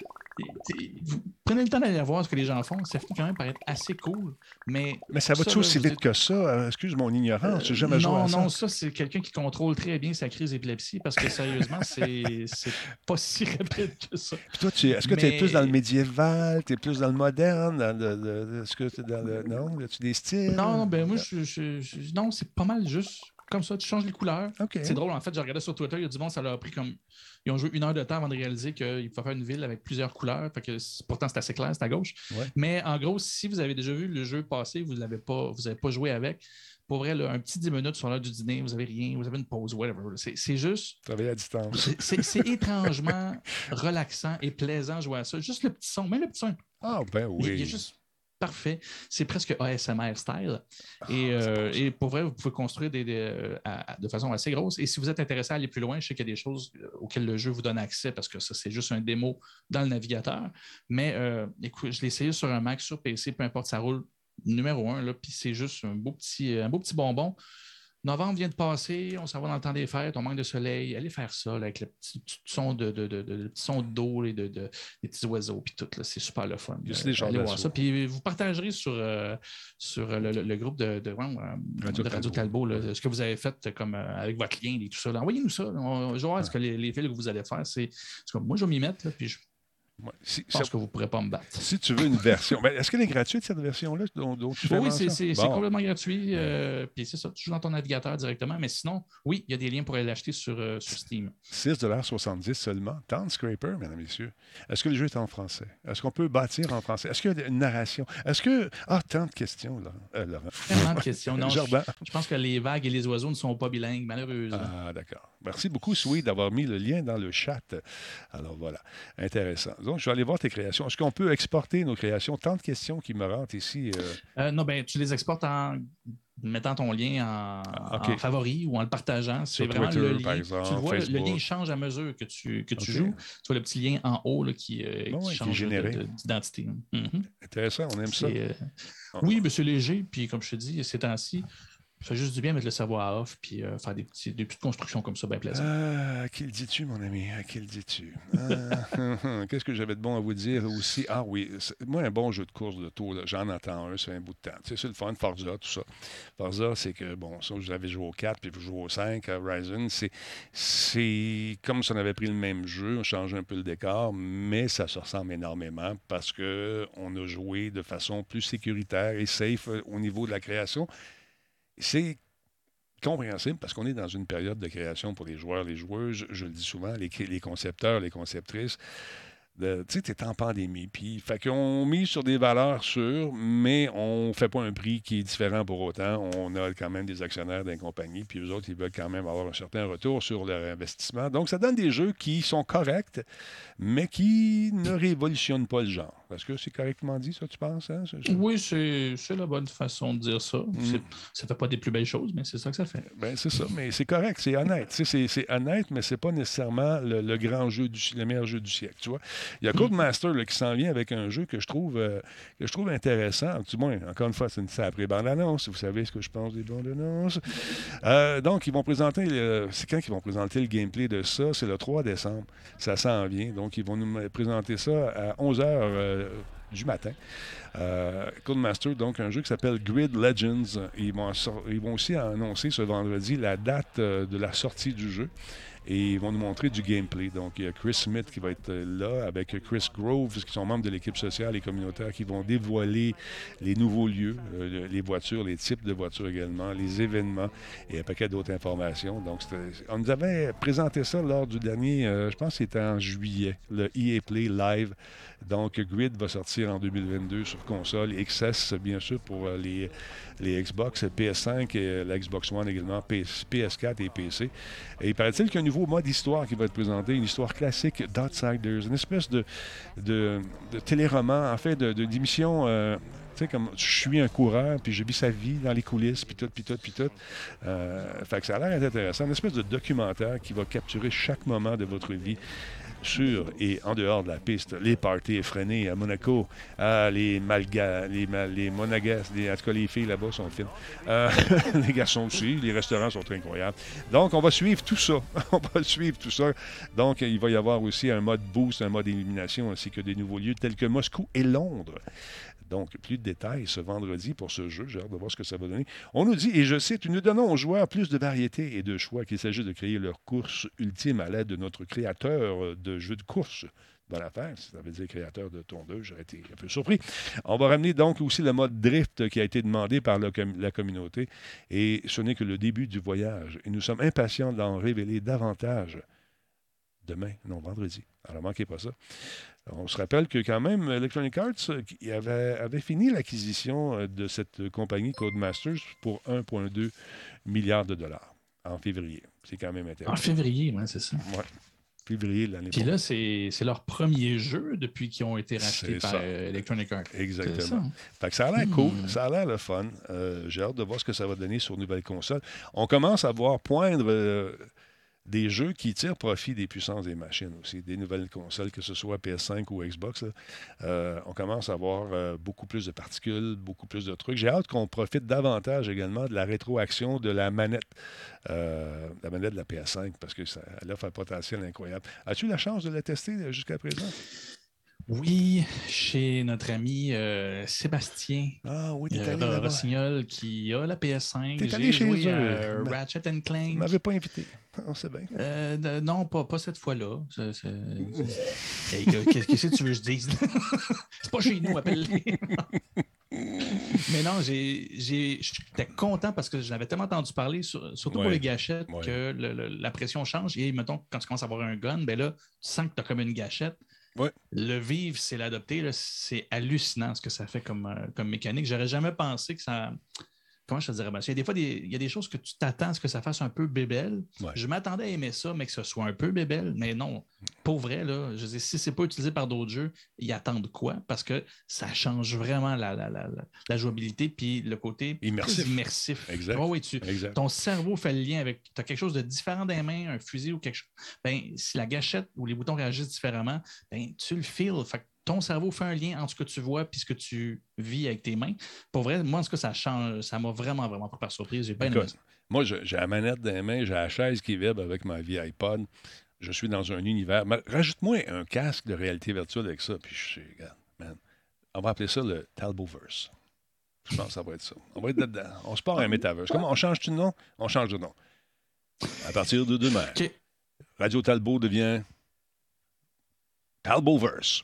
Speaker 2: Vous prenez le temps d'aller voir ce que les gens font. Ça finit quand même par être assez cool. Mais,
Speaker 1: mais ça va-tu aussi vite êtes... que ça? Excuse mon ignorance. Je jamais
Speaker 2: euh,
Speaker 1: joué
Speaker 2: non,
Speaker 1: à ça.
Speaker 2: non, ça, c'est quelqu'un qui contrôle très bien sa crise d'épilepsie parce que sérieusement, c'est, c'est pas si rapide que ça.
Speaker 1: Puis toi, tu, est-ce que tu es mais... plus dans le médiéval? Tu es plus dans le moderne? Dans le, le, est-ce que tu es dans le. Non? As-tu des styles?
Speaker 2: Non, non, ben moi, je, je, je, non, c'est pas mal juste. Comme ça, tu changes les couleurs.
Speaker 1: Okay.
Speaker 2: C'est drôle, en fait, j'ai regardé sur Twitter, il y a du monde, ça leur a pris comme... Ils ont joué une heure de temps avant de réaliser qu'ils pouvaient faire une ville avec plusieurs couleurs. Fait que pourtant, c'est assez clair, c'est à gauche.
Speaker 1: Ouais.
Speaker 2: Mais en gros, si vous avez déjà vu le jeu passer, vous n'avez pas, vous avez pas joué avec, pour vrai, là, un petit dix minutes sur l'heure du dîner, vous n'avez rien, vous avez une pause, whatever. C'est, c'est juste...
Speaker 1: Travailler à distance.
Speaker 2: C'est, c'est, c'est étrangement relaxant et plaisant de jouer à ça. Juste le petit son, même le petit son.
Speaker 1: Ah, ben oui.
Speaker 2: Il, il est juste... parfait. C'est presque A S M R style. Et, ah, euh, et pour vrai, vous pouvez construire des, des, à, de façon assez grosse. Et si vous êtes intéressé à aller plus loin, je sais qu'il y a des choses auxquelles le jeu vous donne accès parce que ça, c'est juste un démo dans le navigateur. Mais euh, écoute, je l'ai essayé sur un Mac, sur P C, peu importe, ça roule numéro un. Là, puis c'est juste un beau petit, un beau petit bonbon. Novembre vient de passer, on s'en va dans le temps des fêtes, on manque de soleil. Allez faire ça là, avec le petit, petit son de, de, de, de, le petit son d'eau et de, de, des petits oiseaux puis tout. Là, c'est super le fun.
Speaker 1: Euh,
Speaker 2: allez voir ça. Puis vous partagerez sur, euh, sur le, le, le groupe de, de, ouais, Radio, de Radio Talbot là, ce que vous avez fait comme, euh, avec votre lien et tout ça. Là. Envoyez-nous ça. On, je vais voir ah. ce que les, les fils que vous allez faire. C'est, c'est moi, je vais m'y mettre. Là, puis je,
Speaker 1: Ouais. Si,
Speaker 2: je pense
Speaker 1: ça,
Speaker 2: que vous ne pourrez pas me battre.
Speaker 1: Si tu veux une version. Ben, est-ce qu'elle est gratuite, cette version-là? Dont, dont tu fais
Speaker 2: oui, c'est, c'est,
Speaker 1: bon.
Speaker 2: c'est complètement gratuit. Euh, puis c'est ça, tu joues dans ton navigateur directement. Mais sinon, oui, il y a des liens pour aller l'acheter sur, euh, sur Steam.
Speaker 1: six dollars soixante-dix seulement. Townscaper, mesdames et messieurs. Est-ce que le jeu est en français? Est-ce qu'on peut bâtir en français? Est-ce qu'il y a une narration? Est-ce que. Ah, tant de questions, là. Euh, Laurent.
Speaker 2: Tellement de questions. Non, je, je pense que les vagues et les oiseaux ne sont pas bilingues, malheureusement.
Speaker 1: Ah, d'accord. Merci beaucoup, Sweet, d'avoir mis le lien dans le chat. Alors voilà, intéressant. Donc, je vais aller voir tes créations. Est-ce qu'on peut exporter nos créations? Tant de questions qui me rentrent ici. Euh...
Speaker 2: Euh, non, ben tu les exportes en mettant ton lien en, okay. en favori ou en le partageant. C'est
Speaker 1: sur
Speaker 2: vraiment
Speaker 1: Twitter,
Speaker 2: le lien.
Speaker 1: Par exemple,
Speaker 2: tu le vois,
Speaker 1: Facebook.
Speaker 2: le lien change à mesure que tu, que tu
Speaker 1: okay.
Speaker 2: joues. Tu vois le petit lien en haut là, qui, euh,
Speaker 1: bon,
Speaker 2: qui
Speaker 1: ouais,
Speaker 2: change
Speaker 1: qui est généré.
Speaker 2: De, de, d'identité. Mm-hmm.
Speaker 1: Intéressant, on aime
Speaker 2: c'est,
Speaker 1: ça.
Speaker 2: Euh... Oh. Oui, mais c'est léger. Puis comme je te dis, ces temps-ci, ça fait juste du bien mettre le cerveau à off puis euh, faire des, petits, des petites constructions comme ça, bien plaisantes.
Speaker 1: Ah, à qui le dis-tu, mon ami? À qui le dis-tu? Ah, qu'est-ce que j'avais de bon à vous dire aussi? Ah oui, moi, un bon jeu de course de tour, là, j'en entends un, c'est un bout de temps. Tu sais, c'est le fun, Forza, tout ça. Forza, c'est que, bon, ça, vous avez joué au quatre, puis vous jouez au cinq, à Horizon, c'est, c'est comme si on avait pris le même jeu, on change un peu le décor, mais ça se ressemble énormément parce qu'on a joué de façon plus sécuritaire et safe au niveau de la création. C'est compréhensible parce qu'on est dans une période de création pour les joueurs, les joueuses, je, je le dis souvent, les, les concepteurs, les conceptrices. Tu sais, tu es en pandémie. Puis, fait qu'on mise sur des valeurs sûres, mais on ne fait pas un prix qui est différent pour autant. On a quand même des actionnaires d'une compagnie, puis eux autres, ils veulent quand même avoir un certain retour sur leur investissement. Donc, ça donne des jeux qui sont corrects, mais qui ne révolutionnent pas le genre. Est-ce que c'est correctement dit, ça, tu penses? Hein? C'est, c'est...
Speaker 2: Oui, c'est, c'est la bonne façon de dire ça. Mm. Ça ne fait pas des plus belles choses, mais c'est ça que ça fait.
Speaker 1: Ben, c'est ça, mais c'est correct, c'est honnête. C'est, c'est honnête, mais c'est pas nécessairement le, le grand jeu, du, le meilleur jeu du siècle, tu vois. Il y a Codemaster là, qui s'en vient avec un jeu que je trouve euh, que je trouve intéressant. Du moins, encore une fois, c'est une après bande-annonce. Vous savez ce que je pense des bandes-annonces. Euh, donc, ils vont présenter... Le, c'est quand qu'ils vont présenter le gameplay de ça? C'est le trois décembre. Ça s'en vient. Donc, ils vont nous présenter ça à onze heures euh, du matin. Euh, Codemasters, donc un jeu qui s'appelle Grid Legends. Ils vont, ils vont aussi annoncer ce vendredi la date euh, de la sortie du jeu. Et ils vont nous montrer du gameplay. Donc, il y a Chris Smith qui va être là, avec Chris Groves, qui sont membres de l'équipe sociale et communautaire, qui vont dévoiler les nouveaux lieux, euh, les voitures, les types de voitures également, les événements et un paquet d'autres informations. Donc, on nous avait présenté ça lors du dernier, euh, je pense que c'était en juillet, le E A Play Live. Donc, Grid va sortir en deux mille vingt-deux sur console, X S, bien sûr, pour les, les Xbox, P S cinq et la Xbox One également, P S quatre et P C. Et il paraît-il qu'il y a un nouveau mode histoire qui va être présenté, une histoire classique d'Outsiders, une espèce de, de, de téléroman, en fait, de, de, d'émission... Euh, tu sais, comme je suis un coureur, puis je vis sa vie dans les coulisses, puis tout, puis tout, puis tout. Euh, fait que ça a l'air intéressant. Une espèce de documentaire qui va capturer chaque moment de votre vie sur et en dehors de la piste. Les parties effrénées à Monaco, ah, les Malgas, les, les Monagas, les, en tout cas, les filles là-bas sont fines. Euh, les garçons aussi, les restaurants sont incroyables. Donc, on va suivre tout ça. On va suivre tout ça. Donc, il va y avoir aussi un mode boost, un mode élimination, ainsi que des nouveaux lieux tels que Moscou et Londres. Donc, plus de détails ce vendredi pour ce jeu. J'ai hâte de voir ce que ça va donner. On nous dit, et je cite, « Nous donnons aux joueurs plus de variété et de choix qu'il s'agit de créer leur course ultime à l'aide de notre créateur de jeux de course. » Dans l'affaire, ça veut dire créateur de tondeuse, j'aurais été un peu surpris. On va ramener donc aussi le mode drift qui a été demandé par le com- la communauté. Et ce n'est que le début du voyage. Et nous sommes impatients d'en révéler davantage demain, non, vendredi. Alors, manquez pas ça. On se rappelle que quand même, Electronic Arts avait, avait fini l'acquisition de cette compagnie Codemasters pour un virgule deux milliard de dollars en février. C'est quand même intéressant.
Speaker 2: En février, oui, c'est ça.
Speaker 1: Oui, février de l'année
Speaker 2: Puis là, c'est, c'est leur premier jeu depuis qu'ils ont été rachetés
Speaker 1: c'est
Speaker 2: par
Speaker 1: ça.
Speaker 2: euh, Electronic Arts.
Speaker 1: Exactement.
Speaker 2: Ça, hein?
Speaker 1: Fait que ça a l'air
Speaker 2: Hmm.
Speaker 1: cool, ça a l'air le fun. Euh, j'ai hâte de voir ce que ça va donner sur nouvelles consoles. On commence à voir poindre... Euh, des jeux qui tirent profit des puissances des machines aussi, des nouvelles consoles, que ce soit P S cinq ou Xbox. Là, euh, on commence à avoir euh, beaucoup plus de particules, beaucoup plus de trucs. J'ai hâte qu'on profite davantage également de la rétroaction de la manette, euh, la manette de la P S cinq, parce que ça, elle offre un potentiel incroyable. As-tu eu la chance de la tester jusqu'à présent?
Speaker 2: Oui, chez notre ami euh, Sébastien
Speaker 1: Ah oui, t'es
Speaker 2: euh,
Speaker 1: allé là-bas.
Speaker 2: Rossignol qui a la P S cinq.
Speaker 1: T'es
Speaker 2: J'ai
Speaker 1: allé chez
Speaker 2: joué
Speaker 1: eux.
Speaker 2: à euh,
Speaker 1: Ben,
Speaker 2: Ratchet and
Speaker 1: Tu
Speaker 2: Clank.
Speaker 1: ne m'avais pas invité. On sait bien.
Speaker 2: Euh, de- non, pas, pas cette fois-là. C'est, c'est, c'est... Hey, gars, qu'est-ce, qu'est-ce que tu veux que je dise? C'est pas chez nous, appelle-les. Mais non, j'ai, j'ai, j'étais content parce que j'avais tellement entendu parler, sur- surtout
Speaker 1: Ouais.
Speaker 2: pour les gâchettes,
Speaker 1: Ouais.
Speaker 2: que le- le- la pression change. Et mettons, quand tu commences à avoir un gun, ben là, tu sens que tu as comme une gâchette.
Speaker 1: Ouais.
Speaker 2: Le vivre, c'est l'adopter. Là, c'est hallucinant ce que ça fait comme, euh, comme mécanique. J'aurais jamais pensé que ça. Comment je te dirais? Ben, il y a des fois, des, il y a des choses que tu t'attends à ce que ça fasse un peu bébelle.
Speaker 1: Ouais.
Speaker 2: Je m'attendais à aimer ça, mais que ce soit un peu bébelle. Mais non, pour vrai, là, je veux dire, si c'est pas utilisé par d'autres jeux, ils attendent quoi? Parce que ça change vraiment la, la, la, la, la jouabilité puis le côté
Speaker 1: Immersif.
Speaker 2: plus immersif.
Speaker 1: Exact.
Speaker 2: Ouais, ouais, tu,
Speaker 1: Exact.
Speaker 2: ton cerveau fait le lien avec. Tu as quelque chose de différent dans les mains, un fusil ou quelque chose. Ben, si la gâchette ou les boutons réagissent différemment, ben, tu le feels. Fait que ton cerveau fait un lien entre ce que tu vois et ce que tu vis avec tes mains. Pour vrai, moi, en tout cas, ça change. Ça m'a vraiment, vraiment pris par surprise. J'ai bien aimé
Speaker 1: Écoute,
Speaker 2: ça.
Speaker 1: moi, je- j'ai la manette dans les mains, j'ai la chaise qui vibre avec ma vieille iPod. Je suis dans un univers. Mais rajoute-moi un casque de réalité virtuelle avec ça, puis je sais, regarde, man. On va appeler ça le Talboverse. Je pense que ça va être ça. On va être dedans. On se part un metaverse. Comment on change-tu de nom? On change de nom. À partir de demain,
Speaker 2: OK.
Speaker 1: Radio Talbot devient Talboverse.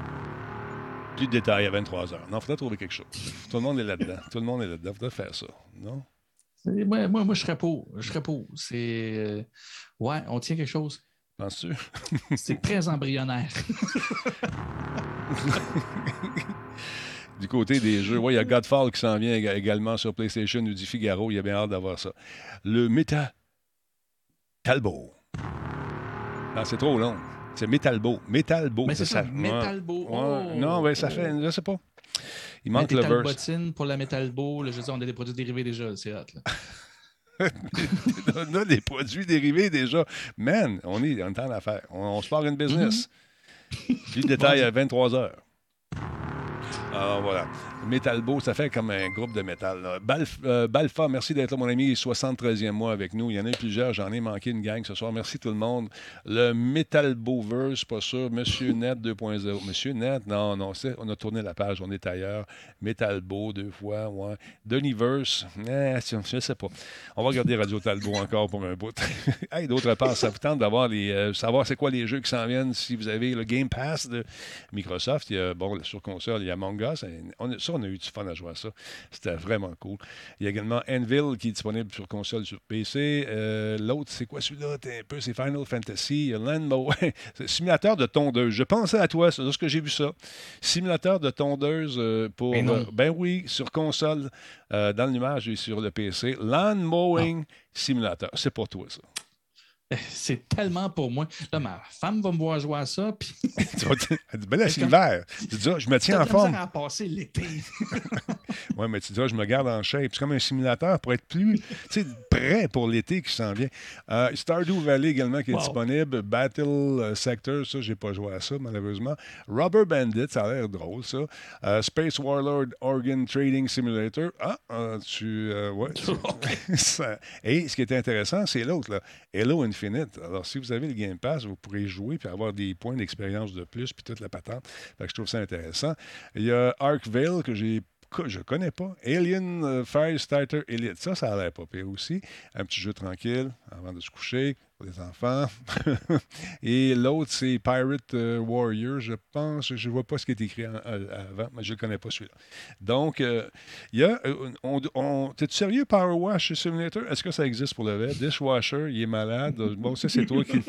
Speaker 1: Plus de détails à vingt-trois heures. Non, il faudrait trouver quelque chose. Tout le monde est là-dedans. Tout le monde est là-dedans. Il faudrait faire ça. Non?
Speaker 2: C'est- ouais, moi, moi, je serais pour. Je serais pour. C'est. euh, Ouais, on tient quelque chose.
Speaker 1: Penses-tu?
Speaker 2: C'est très embryonnaire.
Speaker 1: Du côté des jeux, ouais, il y a Godfall qui s'en vient ég- également sur PlayStation, nous dit Figaro. Il a bien hâte d'avoir ça. Le Méta Talbot. Non, c'est trop long. C'est Métalbo. Métalbo.
Speaker 2: Mais c'est ça,
Speaker 1: ouais.
Speaker 2: Métalbo.
Speaker 1: Ouais.
Speaker 2: Oh!
Speaker 1: Non, mais ça fait, je sais pas. Il manque
Speaker 2: Mais
Speaker 1: le
Speaker 2: tes
Speaker 1: verse.
Speaker 2: Talbotines pour la Métalbo, là, je veux dire, on a des produits dérivés déjà, c'est hot. Là.
Speaker 1: On a des produits dérivés déjà. Man, on est, on est en affaires. On, on se part une business. Plus de détails à vingt-trois heures. Alors voilà. Metalbo, ça fait comme un groupe de métal. Là. Balf, euh, Balfa, merci d'être là, mon ami. soixante-treizième mois avec nous. Il y en a eu plusieurs. J'en ai manqué une gang ce soir. Merci tout le monde. Le Metalboverse, pas sûr. Monsieur Net deux point zéro. Monsieur Net, non, non. C'est, on a tourné la page. On est ailleurs. Metalbo, deux fois. Ouais. Denis-verse, eh, je sais pas. On va regarder Radio Talbot encore pour un bout. Hey, d'autre part, ça vous tente d'avoir les, euh, savoir c'est quoi les jeux qui s'en viennent. Si vous avez le Game Pass de Microsoft, il y a, bon, sur console, il y a Among Us. On a, ça, on a eu du fun à jouer à ça. C'était vraiment cool. Il y a également Anvil qui est disponible sur console, sur P C. Euh, l'autre, c'est quoi celui-là? T'es un peu, c'est Final Fantasy. Il y a Landmo. Simulateur de tondeuse. Je pensais à toi lorsque j'ai vu ça. Simulateur de tondeuse euh, pour... Euh, ben oui, sur console, euh, dans le nuage et sur le P C. Lawn Mowing ah. Simulator. C'est pour toi, ça.
Speaker 2: C'est tellement pour moi. Là, ma femme va me voir jouer à ça. Puis...
Speaker 1: Elle dit, ben là, c'est l'hiver. Tu dis, ah, je me tiens en forme.
Speaker 2: à passer l'été.
Speaker 1: Oui, mais tu dis, ah, je me garde en shape. C'est comme un simulateur pour être plus prêt pour l'été qui s'en vient. Euh, Stardew Valley également qui est wow. disponible. Battle Sector, ça, j'ai pas joué à ça, malheureusement. Rubber Bandit, ça a l'air drôle, ça. Euh, Space Warlord Organ Trading Simulator. Ah, euh, tu... Euh, ouais. Tu... Et ce qui est intéressant, c'est l'autre, là. Hello Infinite. Alors, si vous avez le Game Pass, vous pourrez jouer puis avoir des points d'expérience de plus puis toute la patente. Fait que je trouve ça intéressant. Il y a Arkvale que j'ai que je connais pas. Alien euh, Firestarter Elite. Ça, ça a l'air pas pire aussi. Un petit jeu tranquille avant de se coucher pour les enfants. Et l'autre, c'est Pirate euh, Warrior, je pense. Je ne vois pas ce qui est écrit en, euh, avant, mais je ne le connais pas celui-là. Donc, euh, il y a... Euh, on, on, t'es-tu sérieux, Power Wash Simulator? Est-ce que ça existe pour le vrai? Dishwasher, il est malade. Bon, ça, c'est toi qui...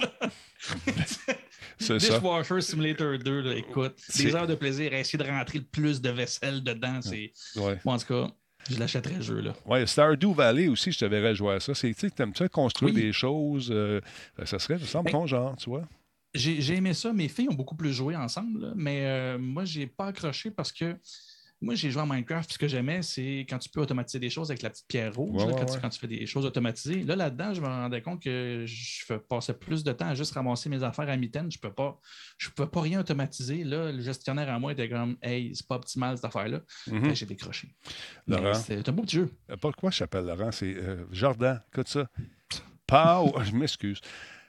Speaker 2: C'est Dishwasher ça. Simulator deux, là, écoute, c'est... des heures de plaisir à essayer de rentrer le plus de vaisselle dedans. C'est...
Speaker 1: Ouais.
Speaker 2: Bon, en tout cas, je l'achèterais le jeu. Là.
Speaker 1: Oui, Stardew Valley aussi, je te verrais jouer à ça. C'est, tu sais, t'aimes ça construire oui. des choses. Euh, ça serait, ça semble ben, ton genre, tu vois.
Speaker 2: J'ai, j'ai aimé ça. Mes filles ont beaucoup plus joué ensemble, là, mais euh, moi, j'ai pas accroché parce que moi, j'ai joué à Minecraft. Ce que j'aimais, c'est quand tu peux automatiser des choses avec la petite pierre rouge,
Speaker 1: ouais,
Speaker 2: là,
Speaker 1: ouais,
Speaker 2: quand,
Speaker 1: ouais.
Speaker 2: Tu, quand tu fais des choses automatisées. Là, là-dedans, je me rendais compte que je passais plus de temps à juste ramasser mes affaires à mitaine. Je ne peux pas rien automatiser. Là, le gestionnaire à moi était comme « Hey, c'est pas optimal cette affaire-là. Mm-hmm. » J'ai décroché.
Speaker 1: Laurent.
Speaker 2: C'est un beau petit jeu.
Speaker 1: Pourquoi je t'appelle Laurent? C'est euh, Jordan. Écoute ça. Power. Je m'excuse.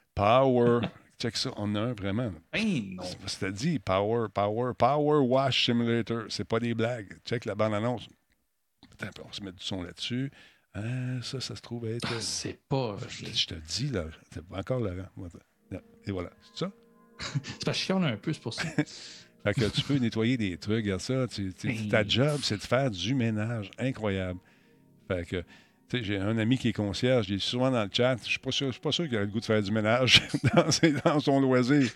Speaker 1: Power. Check ça, on a un vraiment.
Speaker 2: Ben non.
Speaker 1: C'est dit, Power, Power, Power Wash Simulator. C'est pas des blagues. Check la bande-annonce. Attends, on se met du son là-dessus. Ah, ça, ça se trouve être.
Speaker 2: Ah, c'est pas.
Speaker 1: Je, je te dis, là. C'est encore Laurent. Et voilà. C'est ça?
Speaker 2: C'est parce que je chiale un peu, c'est pour ça.
Speaker 1: Fait que tu peux nettoyer des trucs. Regarde ça. Tu, tu, ben... Ta job, c'est de faire du ménage. Incroyable. Fait que. T'sais, j'ai un ami qui est concierge, il est souvent dans le chat. Je ne suis, suis pas sûr qu'il a le goût de faire du ménage dans, ses, dans son loisir.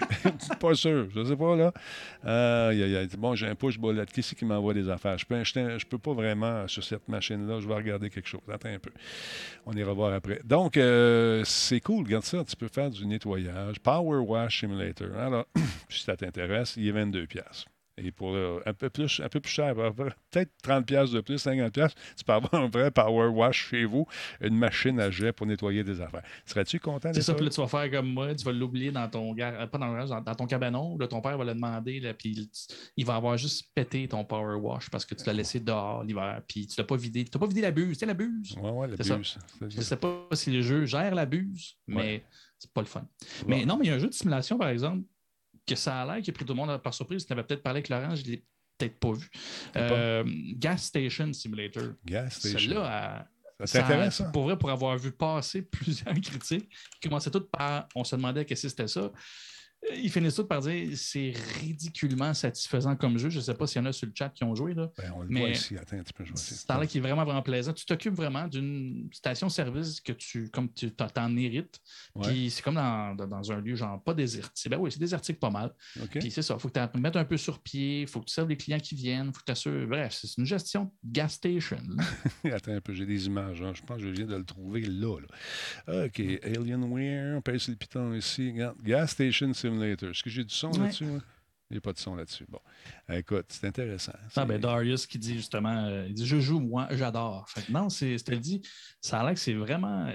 Speaker 1: Pas sûr, je ne sais pas, là. Euh, y a, y a, bon, j'ai un push bullet. Qui c'est qui m'envoie des affaires? Je peux, je, je peux pas vraiment, sur cette machine-là, je vais regarder quelque chose. Attends un peu. On ira voir après. Donc, euh, c'est cool, regarde ça. Tu peux faire du nettoyage. Power Wash Simulator. Alors, si ça t'intéresse, il est vingt-deux piastres. Et pour euh, un peu plus, un peu plus cher, peut-être trente piastres de plus, cinquante piastres, tu peux avoir un vrai Power Wash chez vous, une machine à jet pour nettoyer des affaires. Serais-tu content de ça?
Speaker 2: C'est ça, puis là, tu vas faire comme moi, tu vas l'oublier dans ton gar... pas dans, le... dans ton cabanon, là, ton père va le demander, là, puis il va avoir juste pété ton Power Wash parce que tu l'as laissé dehors l'hiver, puis tu l'as pas vidé. Tu n'as pas vidé la buse, tu sais, la buse.
Speaker 1: Oui, oui, la
Speaker 2: c'est
Speaker 1: buse.
Speaker 2: Ça. Je ne sais pas si le jeu gère la buse, mais ouais. c'est pas le fun. Ouais. Mais non, mais il y a un jeu de simulation, par exemple, que ça a l'air qui a pris tout le monde par surprise. Tu avais peut-être parlé avec Laurent, je l'ai peut-être pas vu. Euh, pas. Gas Station Simulator.
Speaker 1: Gas Station.
Speaker 2: Celle-là,
Speaker 1: ça, ça t'intéresse, ça?
Speaker 2: Pour vrai, pour avoir vu passer plusieurs critiques, qui commençaient toutes par on se demandait qu'est-ce que c'était ça. Ils finissent tous par dire c'est ridiculement satisfaisant comme jeu. Je ne sais pas s'il y en a sur le chat qui ont joué. Là.
Speaker 1: Ben, on le
Speaker 2: mais
Speaker 1: voit ici. Attends un petit peu. Je
Speaker 2: c'est un qui est vraiment, vraiment plaisant. Tu t'occupes vraiment d'une station-service que tu, comme tu t'en hérites. Ouais. Puis c'est comme dans, dans un lieu, genre pas désertique. Ben oui, c'est désertique pas mal. Okay. Puis c'est ça. Il faut que tu mettes un peu sur pied. Il faut que tu serves les clients qui viennent. Il faut que tu assures. Bref, c'est une gestion gas station.
Speaker 1: Attends un peu, j'ai des images. Hein. Je pense que je viens de le trouver là. là. OK. Alienware. On pèse sur le piton ici. Regarde. Gas Station Simulator. Est-ce que j'ai du son ouais. là-dessus? Hein? Il n'y a pas de son là-dessus. Bon. Écoute, c'est intéressant. C'est...
Speaker 2: Ah ben Darius qui dit justement, euh, il dit « Je joue, moi, j'adore. » Fait que non, c'est, je te le dis, ça a l'air que c'est vraiment... Et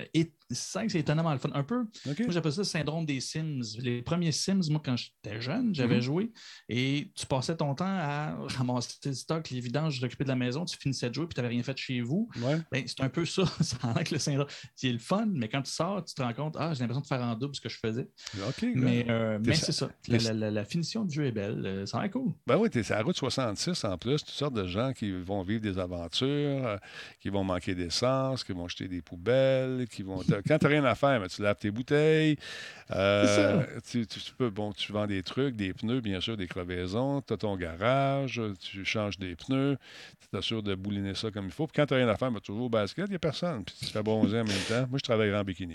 Speaker 2: c'est c'est étonnamment le fun. Un peu,
Speaker 1: OK.
Speaker 2: moi j'appelle ça le syndrome des Sims. Les premiers Sims, moi quand j'étais jeune, j'avais
Speaker 1: Mhm.
Speaker 2: joué et tu passais ton temps à ramasser tes stocks, les vidanges, t'occuper de la maison, tu finissais de jouer puis tu n'avais rien fait chez vous.
Speaker 1: Ouais.
Speaker 2: Ben, c'est un peu ça, ça a l'air que le syndrome. C'est le fun, mais quand tu sors, tu te rends compte, ah, j'ai l'impression de faire en double ce que je faisais.
Speaker 1: OK.
Speaker 2: Mais,
Speaker 1: là.
Speaker 2: euh,
Speaker 1: T'es
Speaker 2: mais
Speaker 1: sa-
Speaker 2: c'est ça.
Speaker 1: t'es
Speaker 2: La,
Speaker 1: sa-
Speaker 2: la- la- la finition du jeu est belle. Euh, Ça a l'air cool.
Speaker 1: Ben oui, tu es sur la route soixante-six en plus, toutes sortes de gens qui vont vivre des aventures, euh, qui vont manquer d'essence, qui vont jeter des poubelles, qui vont. t'as- Quand tu n'as rien à faire, ben, tu laves tes bouteilles. euh, tu, tu- tu peux, bon, tu vends des trucs, des pneus, bien sûr, des crevaisons, tu as ton garage, tu changes des pneus, tu t'assures de bouliner ça comme il faut. Puis quand tu n'as rien à faire, ben, tu joues au basket, il n'y a personne. Puis tu te fais bronzer en même temps. Moi, je travaillerai en bikini.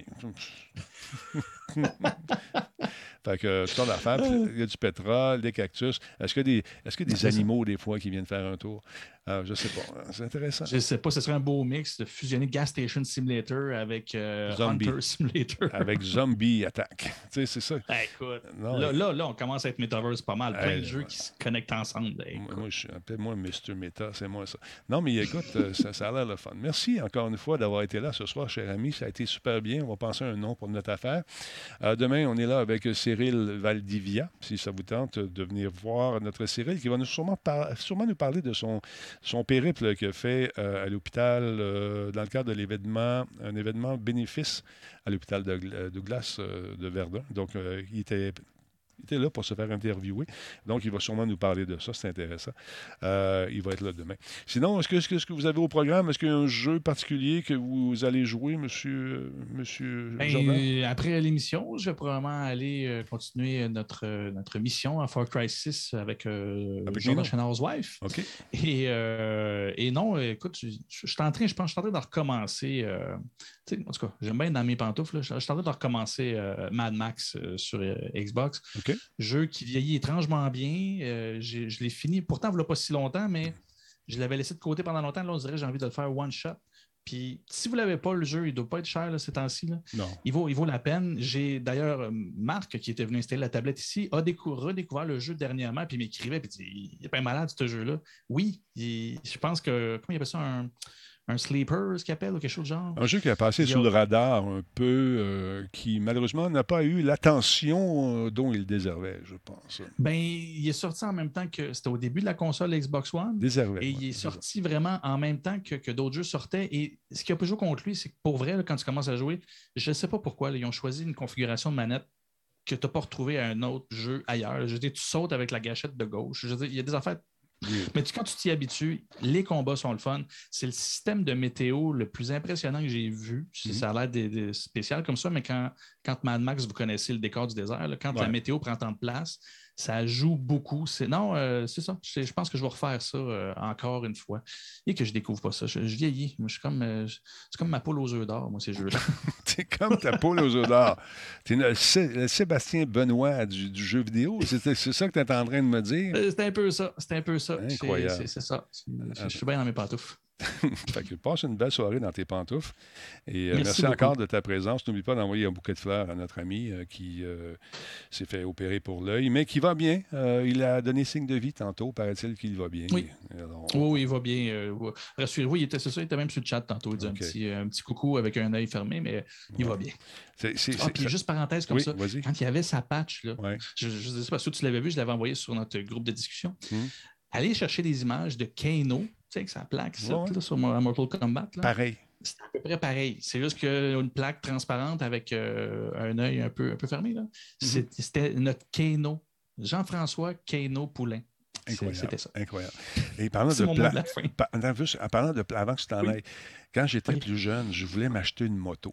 Speaker 1: Fait que toutes sortes d'affaires. Puis il y a du pétrole, des cactus. Est-ce qu'il y a des, est-ce qu'il y a des
Speaker 2: C'est ça.
Speaker 1: animaux, des fois, qui viennent faire un tour? Euh, je sais pas. C'est intéressant.
Speaker 2: Je sais pas, ce serait un beau mix de fusionner Gas Station Simulator avec euh,
Speaker 1: Zombie.
Speaker 2: Hunter Simulator.
Speaker 1: Avec Zombie Attack. Tu sais, c'est ça.
Speaker 2: Hey, écoute,
Speaker 1: Non,
Speaker 2: là,
Speaker 1: mais-
Speaker 2: là, là, on commence à être Metaverse pas mal. Plein
Speaker 1: Hey,
Speaker 2: de jeux
Speaker 1: ouais.
Speaker 2: qui se connectent ensemble. Hey,
Speaker 1: Moi,
Speaker 2: écoute.
Speaker 1: moi, je suis appelle-moi mister Meta, c'est moi ça. Non, mais écoute, euh, ça, ça a l'air le fun. Merci encore une fois d'avoir été là ce soir, cher ami. Ça a été super bien. On va penser à un nom pour notre affaire. Euh, demain, on est là avec Cyril Valdivia, si ça vous tente de venir voir notre Cyril, qui va nous sûrement, par- sûrement nous parler de son, son périple qu'il a fait euh, à l'hôpital euh, dans le cadre de l'événement, un événement bénéfice à l'hôpital de Gla- Douglas euh, de Verdun. Donc, euh, il était. Il était là pour se faire interviewer. Donc, il va sûrement nous parler de ça. C'est intéressant. Euh, il va être là demain. Sinon, est-ce que, est-ce que- est-ce que vous avez au programme, est-ce qu'il y a un jeu particulier que vous allez jouer, monsieur, monsieur
Speaker 2: Ben,
Speaker 1: Jordan?
Speaker 2: euh, après l'émission, je vais probablement aller euh, continuer notre, euh, notre mission à Far Cry six avec euh,
Speaker 1: Avec
Speaker 2: Jonah
Speaker 1: Nino.
Speaker 2: Chenard's Wife.
Speaker 1: OK.
Speaker 2: Et, euh, et non, écoute, je, je suis en train, je pense, je suis en train de recommencer. euh, tu sais, en tout cas, j'aime bien être dans mes pantoufles. là. Je, je suis en train de recommencer euh, Mad Max euh, sur euh, Xbox.
Speaker 1: OK.
Speaker 2: Jeu qui vieillit étrangement bien. Euh, j'ai- je l'ai fini. Pourtant, il ne pas si longtemps, mais je l'avais laissé de côté pendant longtemps. Là, on dirait que j'ai envie de le faire one shot. Puis, si vous ne l'avez pas, le jeu, il ne doit pas être cher là, ces temps-ci. Là.
Speaker 1: Non.
Speaker 2: Il vaut, il vaut la peine. J'ai d'ailleurs, euh, Marc, qui était venu installer la tablette ici, a décou- redécouvert le jeu dernièrement, puis il m'écrivait, puis il dit il est pas malade, ce jeu-là. Oui, il- je pense que, comment il appelle ça, un, un sleeper, ce qu'il appelle, ou quelque chose de genre.
Speaker 1: Un jeu qui a passé
Speaker 2: Il y a-
Speaker 1: sous le radar un peu, euh, qui malheureusement n'a pas eu l'attention euh, dont il déservait, je pense.
Speaker 2: Ben, il est sorti en même temps que, c'était au début de la console Xbox One.
Speaker 1: Déservait.
Speaker 2: Et
Speaker 1: ouais,
Speaker 2: il est
Speaker 1: c'est
Speaker 2: sorti vraiment en même temps que, que d'autres jeux sortaient. Et ce qui a pas joué contre lui, c'est que pour vrai, là, quand tu commences à jouer, je ne sais pas pourquoi, là, ils ont choisi une configuration de manette que tu n'as pas retrouvée à un autre jeu ailleurs. Je veux dire, tu sautes avec la gâchette de gauche. Je veux dire, il y a des affaires.
Speaker 1: ça. Oui.
Speaker 2: Mais tu- quand tu t'y habitues, les combats sont le fun. C'est le système de météo le plus impressionnant que j'ai vu.
Speaker 1: Mhm.
Speaker 2: Ça a l'air des- des spécial comme ça, mais quand, quand Mad Max, vous connaissez le décor du désert, là, quand
Speaker 1: Ouais.
Speaker 2: la météo prend tant de place, ça joue beaucoup. C'est, non, euh, c'est ça. Je, je pense que je vais refaire ça euh, encore une fois. Et que je découvre pas ça. Je, je vieillis. Moi, je suis comme, euh, je- c'est comme ma poule aux œufs d'or, moi, ces jeux-là.
Speaker 1: T'es comme ta poule aux œufs d'or. T'es le, Sé- le Sébastien Benoît du, du jeu vidéo. C'est, c'est ça que tu es en train de me dire?
Speaker 2: Euh, c'est un peu ça. C'est un peu ça. C'est-
Speaker 1: Incroyable.
Speaker 2: C'est, c'est ça. C'est- je, je suis bien dans mes pantoufles.
Speaker 1: Fait que passe une belle soirée dans tes pantoufles. Et euh,
Speaker 2: Merci
Speaker 1: merci,
Speaker 2: beaucoup.
Speaker 1: encore de ta présence. N'oublie pas d'envoyer un bouquet de fleurs à notre ami euh, qui euh, s'est fait opérer pour l'œil, mais qui va bien. Euh, il a donné signe de vie tantôt, paraît-il qu'il va bien.
Speaker 2: Oui.
Speaker 1: Alors,
Speaker 2: Oui, oui, il va bien. euh, ouais. Rassurez-vous, il était, c'est ça, il était même sur le chat tantôt. Il disait
Speaker 1: Ok.
Speaker 2: un, petit, un petit coucou avec un œil fermé, mais il va bien.
Speaker 1: c'est, c'est-
Speaker 2: Ah,
Speaker 1: c'est-
Speaker 2: puis
Speaker 1: ça-
Speaker 2: juste parenthèse comme
Speaker 1: oui,
Speaker 2: ça,
Speaker 1: vas-y.
Speaker 2: quand il y avait sa patch, là,
Speaker 1: Ouais.
Speaker 2: je ne sais pas si tu l'avais vu, je l'avais envoyé sur notre groupe de discussion.
Speaker 1: Hmm.
Speaker 2: Allez chercher des images de Kano, tu sais, avec sa plaque ça,
Speaker 1: Ouais.
Speaker 2: là, sur Mortal Kombat. Là.
Speaker 1: Pareil.
Speaker 2: C'est à peu près pareil. C'est juste qu'une plaque transparente avec euh, un œil un peu, un peu fermé. Là.
Speaker 1: Mhm.
Speaker 2: C'est- C'était notre Kano. Jean-François Kano Poulain. C'est-
Speaker 1: Incroyable.
Speaker 2: C'était ça.
Speaker 1: Incroyable. Et parlant
Speaker 2: C'est
Speaker 1: de
Speaker 2: mon
Speaker 1: pla-
Speaker 2: mot de la fin.
Speaker 1: pa- attends, juste, en parlant de pla- avant que tu t'en
Speaker 2: Oui.
Speaker 1: ailles, quand j'étais
Speaker 2: Oui.
Speaker 1: plus jeune, je voulais m'acheter une moto.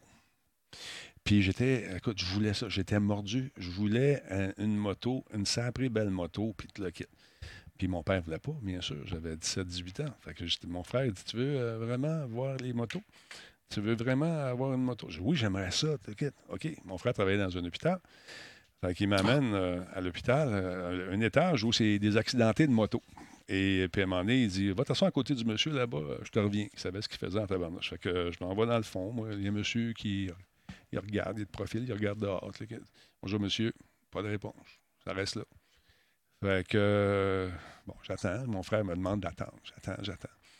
Speaker 1: Puis j'étais, écoute, je voulais ça, j'étais mordu. Je voulais un- une moto, une sacrée belle moto, puis tout le kit. Puis mon père ne voulait pas, bien sûr. J'avais dix-sept dix-huit ans. Fait que j'étais- mon frère il dit, tu veux euh, vraiment voir les motos? Tu veux vraiment avoir une moto? Je dis, oui, j'aimerais ça, tout le kit. OK. Mon frère travaillait dans un hôpital. Fait qu'il m'amène euh, à l'hôpital, euh, un étage où c'est des accidentés de moto. Et puis à un moment donné, il dit, va t'asseoir à côté du monsieur là-bas, je te reviens. Il savait ce qu'il faisait en tabarnouche. Fait que euh, je m'en vais dans le fond. Moi, il y a un monsieur qui il regarde, il est de profil, il regarde dehors. tout le kit. Bonjour monsieur, pas de réponse. Ça reste là. Fait que, euh, bon, j'attends. Mon frère me demande d'attendre. J'attends, j'attends.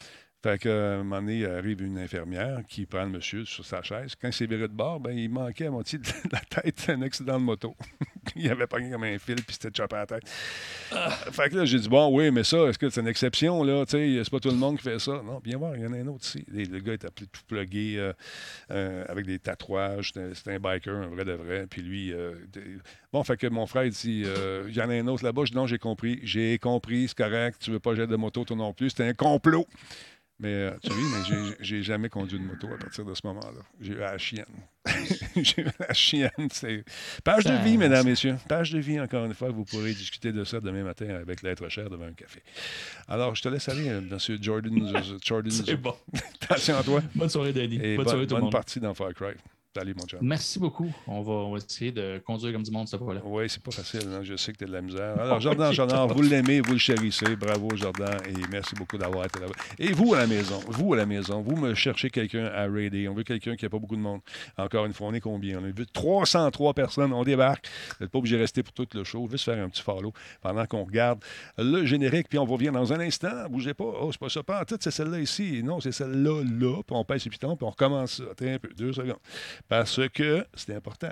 Speaker 1: Fait qu'à un moment donné, arrive une infirmière qui prend le monsieur sur sa chaise. Quand il s'est viré de bord, ben, il manquait à moitié de la tête un accident de moto. Il avait pogné comme un fil, puis c'était chopé à la tête. Ah. Fait que là, j'ai dit, bon, oui, mais ça, est-ce que c'est une exception, là? Tu sais, c'est pas tout le monde qui fait ça. Non, viens voir, il y en a un autre ici. Le gars était tout plugué euh, euh, avec des tatouages. C'était, c'était un biker, un vrai de vrai. Puis lui, euh, bon, fait que mon frère dit, euh, il y en a un autre là-bas. Je dis, non, j'ai compris. J'ai compris, c'est correct. Tu veux pas jeter de moto, toi non plus. C'était un complot. Mais euh, tu vois, mais j'ai, j'ai jamais conduit de moto à partir de ce moment-là. J'ai eu la chienne. J'ai eu la chienne. C'est... Page de vie, mesdames, messieurs. Page de vie, encore une fois. Vous pourrez discuter de ça demain matin avec l'être cher devant un café. Alors, je te laisse aller, M. Jordan. Jordan.
Speaker 2: C'est bon.
Speaker 1: Attention à toi.
Speaker 2: Bonne soirée, Denis.
Speaker 1: Et
Speaker 2: bonne
Speaker 1: bonne,
Speaker 2: soirée, tout le
Speaker 1: bonne
Speaker 2: monde.
Speaker 1: partie dans Far Cry. Salut, mon chum.
Speaker 2: Merci beaucoup. On va, on va essayer de conduire comme du monde, cette fois-là.
Speaker 1: Oui, c'est pas facile. Hein? Je sais que tu as de la misère. Alors, Jordan Jonnard, vous l'aimez, vous le chérissez. Bravo, Jordan. Et merci beaucoup d'avoir été là. Et vous, à la maison, vous, à la maison, vous me cherchez quelqu'un à raider. On veut quelqu'un qui n'a pas beaucoup de monde. Encore une fois, on est combien? On a vu trois cent trois personnes. On débarque. Vous n'êtes pas obligé de rester pour tout le show. Juste faire un petit follow pendant qu'on regarde le générique. Puis on revient dans un instant. Bougez pas. Oh, c'est pas ça. Pas en tout, c'est celle-là ici. Non, c'est celle-là, là. Puis on pèse sur piton. Puis on recommence ça. Attends un peu. Deux secondes. Parce que c'est important.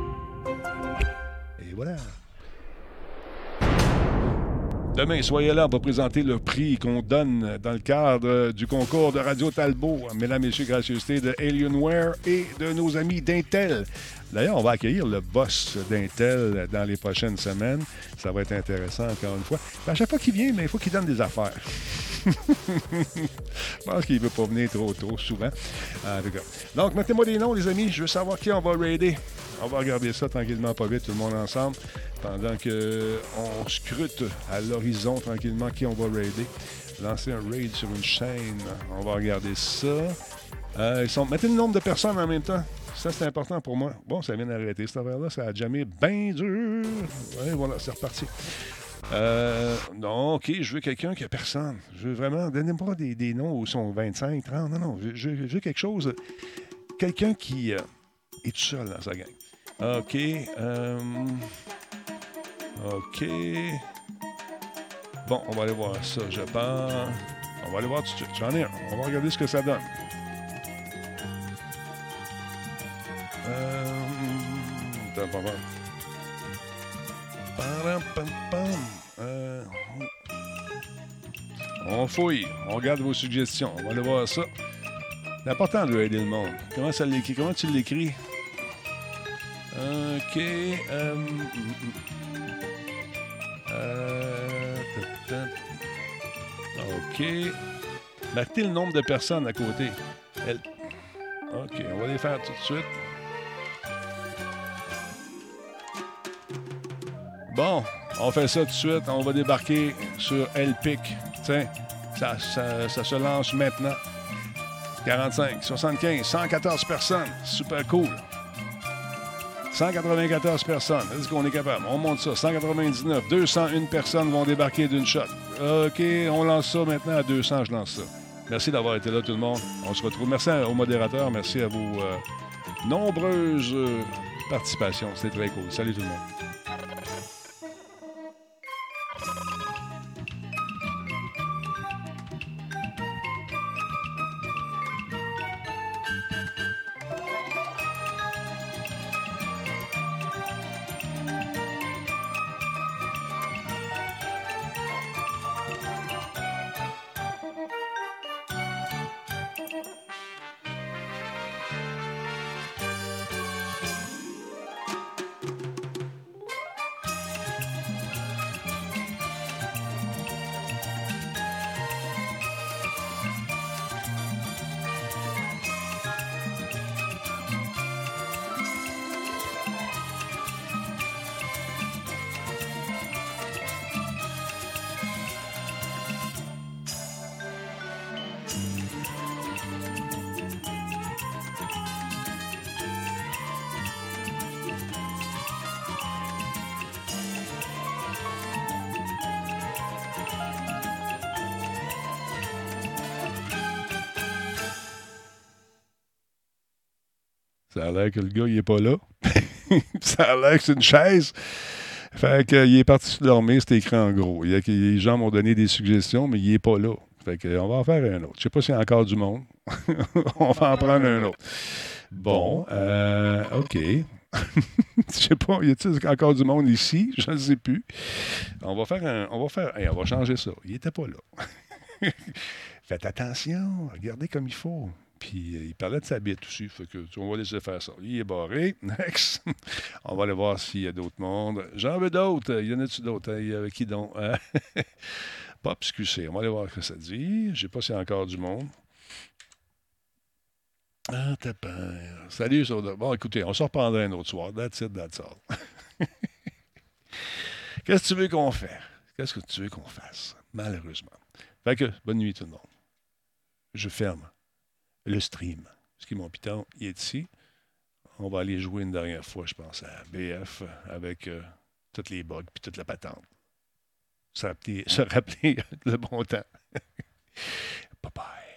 Speaker 1: Et voilà. Demain, soyez là pour présenter le prix qu'on donne dans le cadre du concours de Radio Talbot. Mesdames, Messieurs, gracieuseté de Alienware et de nos amis d'Intel. D'ailleurs, on va accueillir le boss d'Intel dans les prochaines semaines. Ça va être intéressant, encore une fois. À chaque fois qu'il vient, mais il faut qu'il donne des affaires. Je pense qu'il ne veut pas venir trop tôt, souvent. En tout cas. Donc, mettez-moi des noms, les amis. Je veux savoir qui on va raider. On va regarder ça tranquillement, pas vite, tout le monde ensemble, pendant qu'on scrute à l'horizon tranquillement qui on va raider. Lancer un raid sur une chaîne. On va regarder ça. Euh, ils sont... Mettez le nombre de personnes en même temps. Ça, c'est important pour moi. Bon, ça vient d'arrêter, cette affaire-là. Ça a jamais bien dur. Oui, voilà, c'est reparti. Euh, non, OK, je veux quelqu'un qui a personne. Je veux vraiment... Donnez-moi des, des noms où ils sont vingt-cinq, trente. Non, non, je, je, je veux quelque chose... Quelqu'un qui euh, est tout seul dans sa gang. OK. Euh, OK. Bon, on va aller voir ça, je pense. On va aller voir tout de suite. J'en ai un. On va regarder ce que ça donne. Euh... Attends, pas mal. Euh... On fouille. On regarde vos suggestions. On va aller voir ça. C'est important de aider le monde. Comment ça l'écrit? Comment tu l'écris? OK. Euh... Euh... OK. Marquez le nombre de personnes à côté. Elle... OK, on va les faire tout de suite. Bon, on fait ça tout de suite. On va débarquer sur L P I C. Tiens, ça, ça, ça se lance maintenant. quarante-cinq, soixante-quinze, cent quatorze personnes. Super cool. cent quatre-vingt-quatorze personnes. Est-ce qu'on est capable? On monte ça. cent quatre-vingt-dix-neuf. deux cent un personnes vont débarquer d'une shot. OK, on lance ça maintenant à deux cents. Je lance ça. Merci d'avoir été là, tout le monde. On se retrouve. Merci aux modérateurs. Merci à vos euh, nombreuses euh, participations. C'était très cool. Salut tout le monde. Ça a l'air que le gars, il est pas là. Ça a l'air que c'est une chaise. Fait qu'il est parti se dormir, c'était écrit en gros. Il y a, les gens m'ont donné des suggestions, mais il est pas là. Fait que, on va en faire un autre. Je sais pas s'il y a encore du monde. On va en prendre un autre. Bon, euh, OK. Je sais pas, y a-t-il encore du monde ici? Je ne sais plus. On va faire un. On va faire. Hey, on va changer ça. Il n'était pas là. Faites attention, regardez comme il faut. Puis euh, il parlait de sa bite aussi. Fait que on va laisser faire ça. Il est barré. Next. On va aller voir s'il y a d'autres mondes. J'en veux d'autres. Y en a-tu d'autres? Hey, avec qui donc? Pop Q C. On va aller voir ce que ça dit. Je sais pas s'il y a encore du monde. Ah, t'as peur. Salut, Soda. Bon, écoutez, on se reprendra un autre soir. That's it, that's all. Qu'est-ce que tu veux qu'on fasse? Qu'est-ce que tu veux qu'on fasse? Malheureusement. Fait que, bonne nuit tout le monde. Je ferme le stream. Parce que mon piton, il est ici. On va aller jouer une dernière fois, je pense, à B F avec euh, toutes les bugs puis toute la patente. Se rappeler, se rappeler le bon temps. Bye bye.